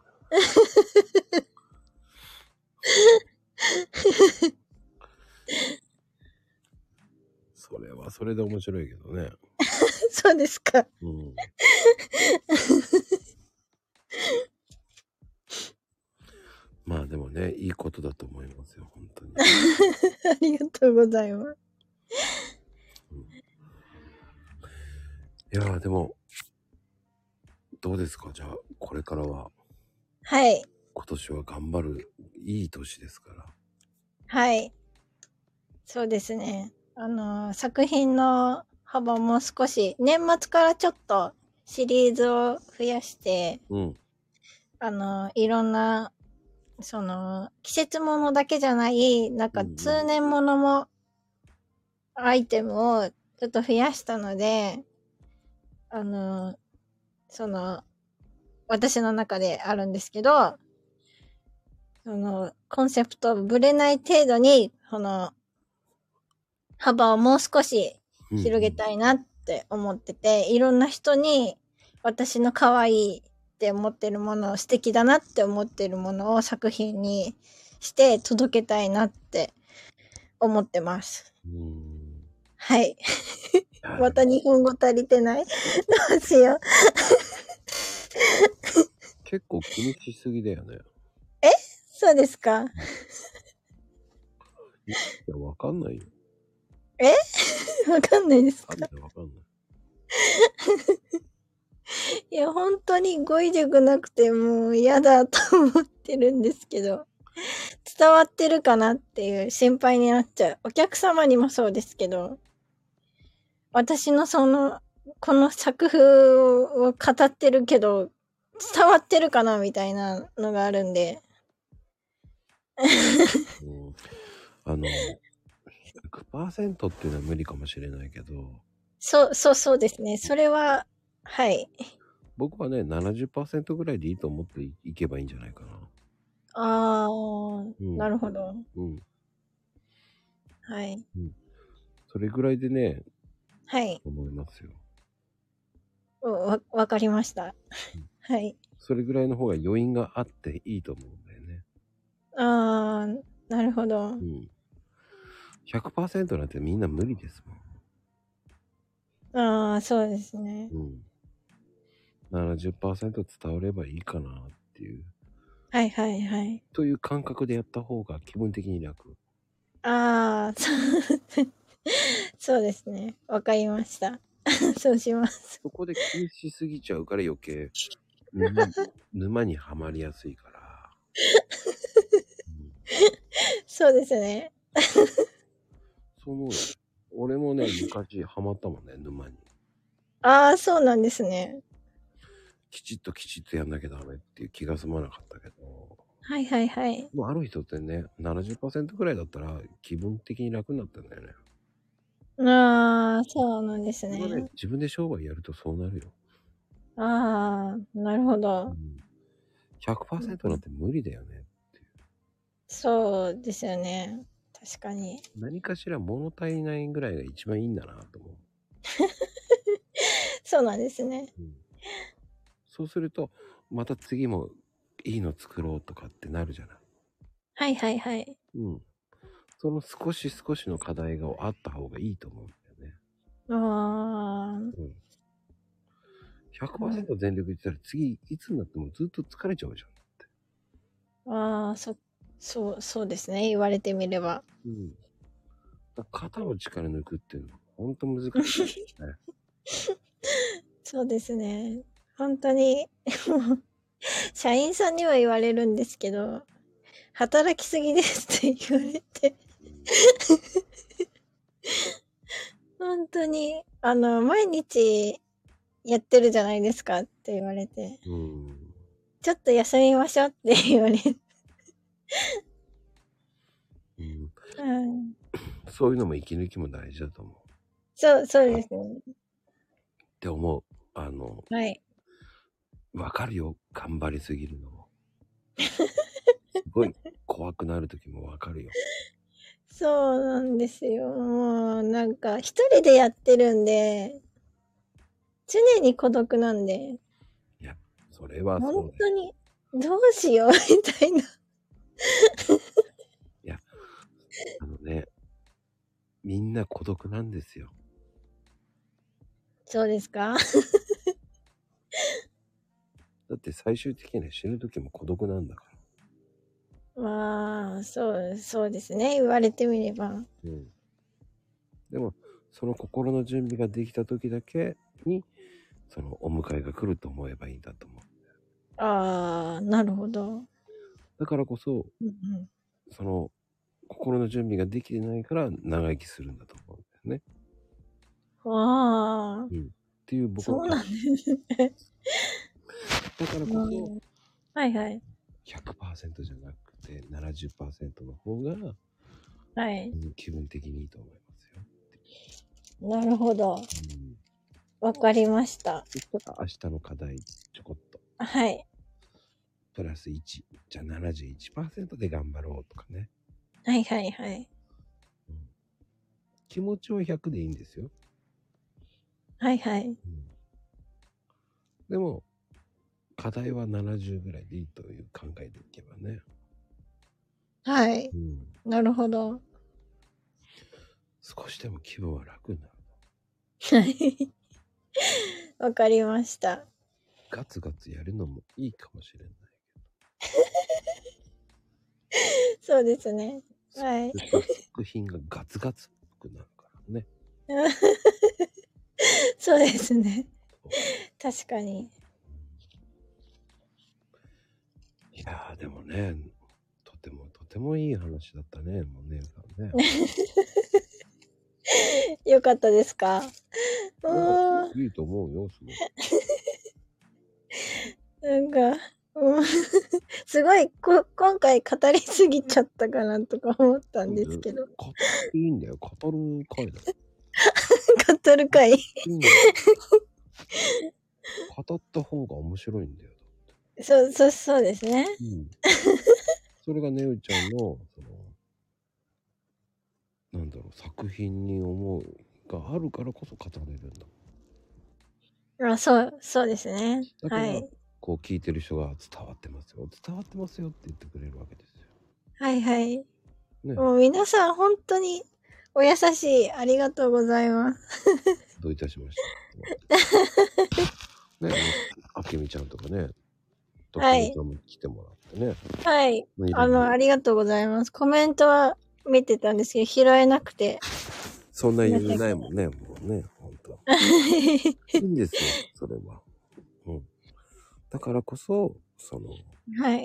それはそれで面白いけどね。 そうですか。うん。 まあでもね、いいことだと思いますよ、本当に。 ありがとうございます。 うん、いやーでも、どうですか、じゃあ、これからは。 はい。 今年は頑張る、いい年ですから。 はい。そうですね。あの、作品の幅をもう少し、年末からちょっとシリーズを増やして、 うん。 あの、いろんな、その、季節物だけじゃない、なんか通年物も、アイテムをちょっと増やしたので、あの、その、私の中であるんですけど、その、コンセプトぶれない程度に、この、幅をもう少し広げたいなって思ってて、うんうん、いろんな人に私の可愛いって思ってるもの、素敵だなって思ってるものを作品にして届けたいなって思ってます。うん、はい。また日本語足りてないどうしよう。 結構気にしすぎだよね。 え？そうですか？ いや、わかんないよ。 え？わかんないですか？ わかんない、わかんない。 いや、本当に語彙力なくてもう嫌だと思ってるんですけど、伝わってるかなっていう心配になっちゃう。お客様にもそうですけど、私のその、この作風を語ってるけど、伝わってるかなみたいなのがあるんで。 うん、あの、ひゃくパーセント っていうのは無理かもしれないけど。 そう、そうそうですね。それは、はい。 僕はね、ななじゅっパーセント ぐらいでいいと思っていけばいいんじゃないかな。 あー、うん、なるほど。 うん。 はい。 うん。それぐらいでね、 はい。 思いますよ。 わ、わかりました。うん、はい。 それぐらいの方が余韻があっていいと思うんだよね。 あー、なるほど。うん。 ひゃくパーセント なんてみんな無理ですもん。あー、そうですね。 うん。ななじゅっパーセント 伝わればいいかなっていう。 はいはいはい。 という感覚でやった方が気分的に楽。 ああ、そう、そうですね。わかりました。そうします。 そこで気にしすぎちゃうから余計沼、沼にはまりやすいから。 うん、そうですね。 そう思うよ。俺もね、昔ハマったもんね、沼に。 ああ、そうなんですね。 きちっときちっとやんなきゃダメっていう気が済まなかったけど。 はいはいはい。 もうある人ってね、ななじゅっパーセント くらいだったら気分的に楽になったんだよね。 ああ、そうなんですね。 ね、自分で商売やるとそうなるよ。 ああ、なるほど。うん、 ひゃくパーセント なんて無理だよねっていう。 そうですよね。確かに。 何かしら物足りないぐらいが一番いいんだなと思う。 そうなんですね、うん。 そうすると、また次もいいの作ろうとかってなるじゃない。はいはいはい。 うん。その少し少しの課題があった方がいいと思うんだよね。 ああ。うん。 ひゃくパーセント 全力で言ったら次いつになってもずっと疲れちゃうじゃんって。 ああ、そ、そう、そうですね。言われてみれば。 うん。肩の力抜くっていうのは本当難しいですね。 そうですね。本当に、社員さんには言われるんですけど、働きすぎですって言われて。本当に、あの、毎日やってるじゃないですかって言われて。うん、ちょっと休みましょうって言われる。 うん、うん、そういうのも息抜きも大事だと思う。 そう、そうですね。 って思う。あの、 はい。 わかるよ。頑張りすぎるのも。すごい怖くなる時もわかるよ。 そうなんですよ。もうなんか一人でやってるんで、常に孤独なんで。 いや、それはそうだよ。 本当にどうしようみたいな。いや、あのね、みんな孤独なんですよ。 そうですか？ だって最終的には死ぬ時も孤独なんだから。 まあ、そう、そうですね。言われてみれば。 うん。でも、その心の準備ができた時だけに、そのお迎えが来ると思えばいいんだと思う。 ああ、なるほど。 だからこそ、 うんうん、 その心の準備ができてないから長生きするんだと思うんだよね。 わあ。 うん。っていう僕そうなんですね。 だからこそ、 はいはい。 ひゃくパーセント じゃなくて ななじゅっパーセント の方が、 はい。 うん、気分的にいいと思いますよ。 なるほど。わ、うん、かりました。 そしたら明日の課題ちょこっと。 はい。 プラスいち。じゃあ ななじゅういちパーセント で頑張ろうとかね。 はいはいはい。 うん、気持ちはひゃくでいいんですよ。 はいはい。 うん、でも、課題はななじゅうぐらいでいいという考えでいけばね。 はい。 うん、 なるほど。 少しでも気分は楽になる。 はい。わかりました。 ガツガツやるのもいいかもしれないけど。そうですね。はい。 作品がガツガツっぽくなるからね。 そうですね。確かに。 いやーでもね、とてもとてもいい話だったね、もう姉さんね。 よかったですか？ いいと思うよ、すごい。 なんか、うん、すごいこ今回語りすぎちゃったかなとか思ったんですけど。 語っていいんだよ、語る回だよ。 語る回。 語った方が面白いんだよ。 そうそうそうですね。 うん、それがねうちゃんのそのなんだろう作品に思うがあるからこそ語れるんだ。 あ、そうそうですね。 だから、 はい。 こう聞いてる人が伝わってますよ、伝わってますよって言ってくれるわけですよ。 はいはい。 ね、 もう皆さん本当にお優しい。ありがとうございます。 どういたしました。ね、あけみちゃんとかね。 はい。 も来てもらってね。 はい。あの、ありがとうございます。コメントは見てたんですけど、拾えなくて。 そんな余裕ないもんね、もうね、ほんと。いいんですよ、それは。うん。だからこそ、その、 はい。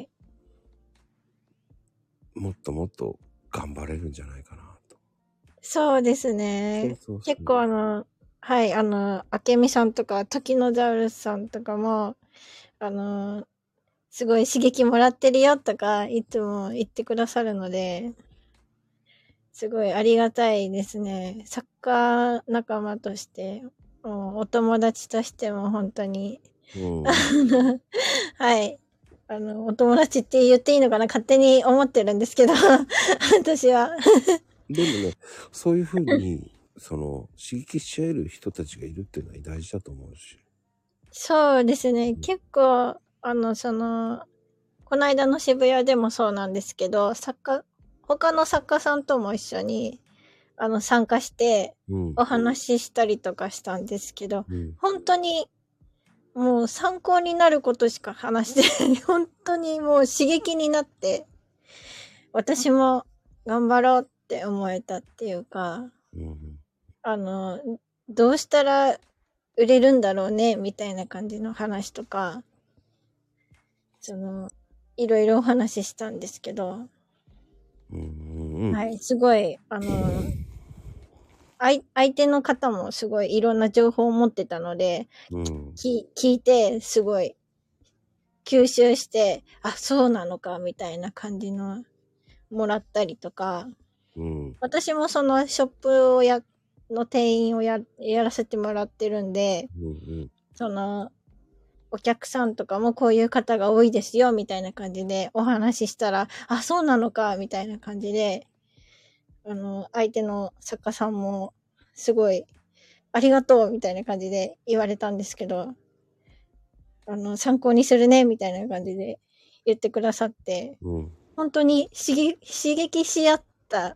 もっともっと頑張れるんじゃないかなと。 そうですね。そうそうそう、結構あの、はい、あの、あけみさんとか、時のザウルスさんとかも、あの、すごい刺激もらってるよとか、いつも言ってくださるので、すごいありがたいですね。サッカー仲間として、お友達としても本当に、うん、はい。あの、お友達って言っていいのかな勝手に思ってるんですけど、私は。 でもね、そういうふうに、その、刺激し合える人たちがいるっていうのは大事だと思うし。 そうですね。うん、結構、あの、その、この間の渋谷でもそうなんですけど、作家、他の作家さんとも一緒に、あの、参加して、お話ししたりとかしたんですけど、うん、本当に、もう参考になることしか話してない。本当にもう刺激になって、私も頑張ろうって思えたっていうか、うん、あの、どうしたら売れるんだろうね、みたいな感じの話とか、その、いろいろお話ししたんですけど、うんうん、はい、すごい、あの、相, 相手の方もすごいいろんな情報を持ってたので、うん、き聞いてすごい吸収して、あ、そうなのかみたいな感じのもらったりとか、うん、私もそのショップをやの店員を や, やらせてもらってるんで、うんうん、そのお客さんとかもこういう方が多いですよみたいな感じでお話ししたら、あ、そうなのかみたいな感じで、あの相手の作家さんもすごいありがとうみたいな感じで言われたんですけど、あの参考にするねみたいな感じで言ってくださって、うん、本当に刺激、刺激し合った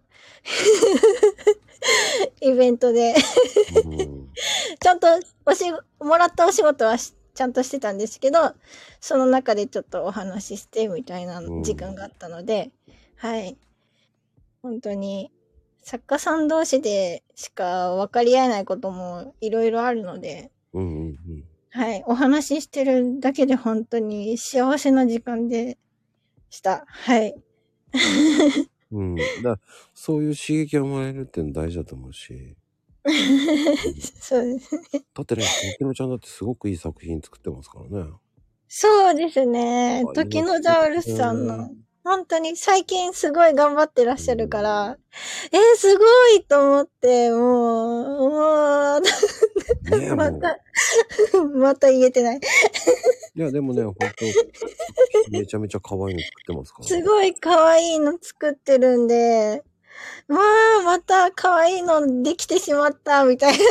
イベントでうん、ちゃんとおしもらったお仕事はちゃんとしてたんですけど、その中でちょっとお話ししてみたいな時間があったので、うん、はい、本当に作家さん同士でしか分かり合えないこともいろいろあるので、うんうんうん、はい、お話ししてるだけで本当に幸せな時間でした。はい。 うん、だそういう刺激をもらえるっていうの大事だと思うし、 そうですね。 だってね、時野ちゃんだってすごくいい作品作ってますからね。 そうですね。 あ時のザウルスさんの、本当に最近すごい頑張ってらっしゃるから、えー、すごいと思って、もう、もう、 ねえ、 まもう。 た、また言えてない。 いや、でもね、本当めちゃめちゃ可愛いの作ってますから。 すごい可愛いの作ってるんで、まあ、また可愛いのできてしまった、みたいな。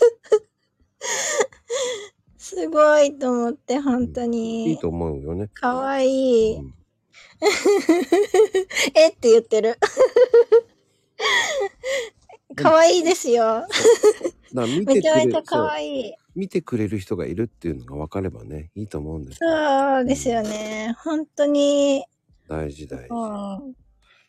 すごいと思って、本当に。 いいと思うよね。 可愛い。うん、えって言ってる。可愛いですよ。 見てくれめちゃめちゃ可愛い。 見てくれる人がいるっていうのが分かればね、いいと思うんです。 そうですよね。うん、本当に。 大事大事。 うん、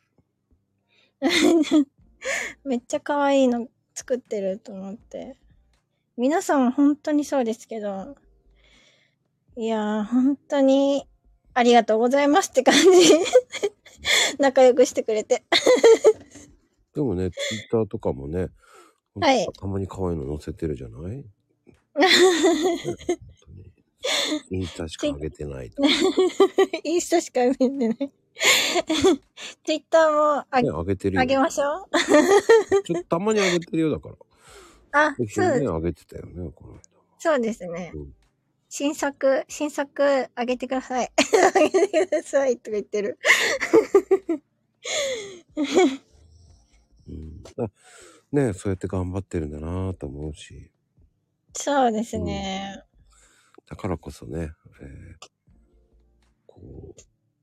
めっちゃ可愛いの作ってると思って。皆さん本当にそうですけど、いやー本当にありがとうございますって感じ。仲良くしてくれて。 でもね、ツイッターとかもね、はい、たまに可愛いの載せてるじゃない？インスタしか上げてないと。 インスタしか上げてない。ツイッターもあ、ね、 上げてるよ。 上げましょう。 ちょっとたまに上げてるよだから。 あ、そうですね。 上げてたよね、この間。 そうですね。うん、新作、新作上げてください。上げてくださいとか言ってる。 うん、ねえ、そうやって頑張ってるんだなと思うし。 そうですね。 うん、だからこそね、えー、こう、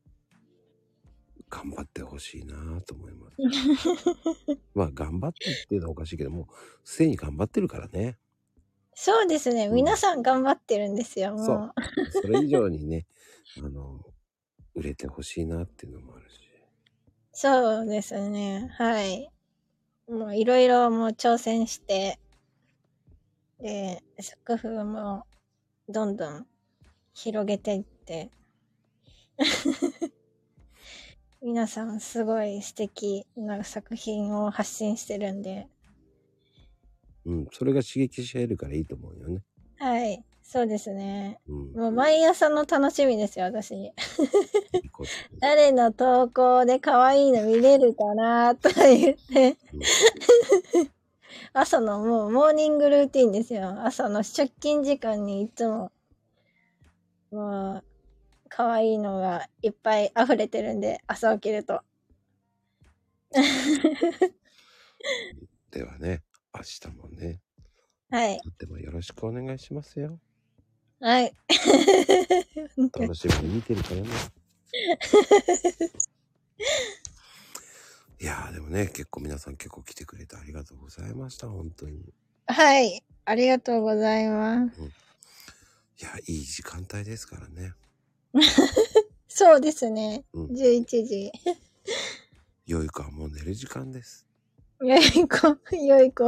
頑張ってほしいなと思います。まあ、頑張ってっていうのはおかしいけども、すでに頑張ってるからね。 そうですね。皆さん頑張ってるんですよ、もう。 そう。それ以上にね、あの、売れてほしいなっていうのもあるし。 そうですね。はい。もういろいろもう挑戦して、で、作風もどんどん広げていって、皆さんすごい素敵な作品を発信してるんで。 うん、それが刺激し合えるからいいと思うよね。 はい、そうですね。うん、もう毎朝の楽しみですよ、私。誰の投稿で可愛いの見れるかなとか言って。うん、朝のもうモーニングルーティンですよ。朝の出勤時間にいつも、もう、可愛いのがいっぱい溢れてるんで、朝起きると。 ではね、明日もね。 はい。 とってもよろしくお願いしますよ。 はい。 楽しみに見てるからね。いやーでもね、結構皆さん結構来てくれてありがとうございました、本当に。 はい、ありがとうございます。うん、いや、いい時間帯ですからね。 そうですね。うん、じゅういちじ。 良い子はもう寝る時間です。 良い子、良い子。うん。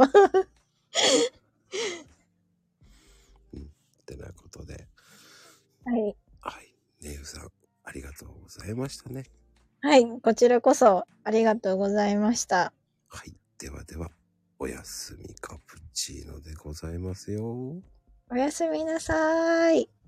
ってなことで。 はい。 はい。ねゆさん、ありがとうございましたね。 はい。こちらこそ、ありがとうございました。 はい。ではでは、おやすみカプチーノでございますよ。 おやすみなさーい。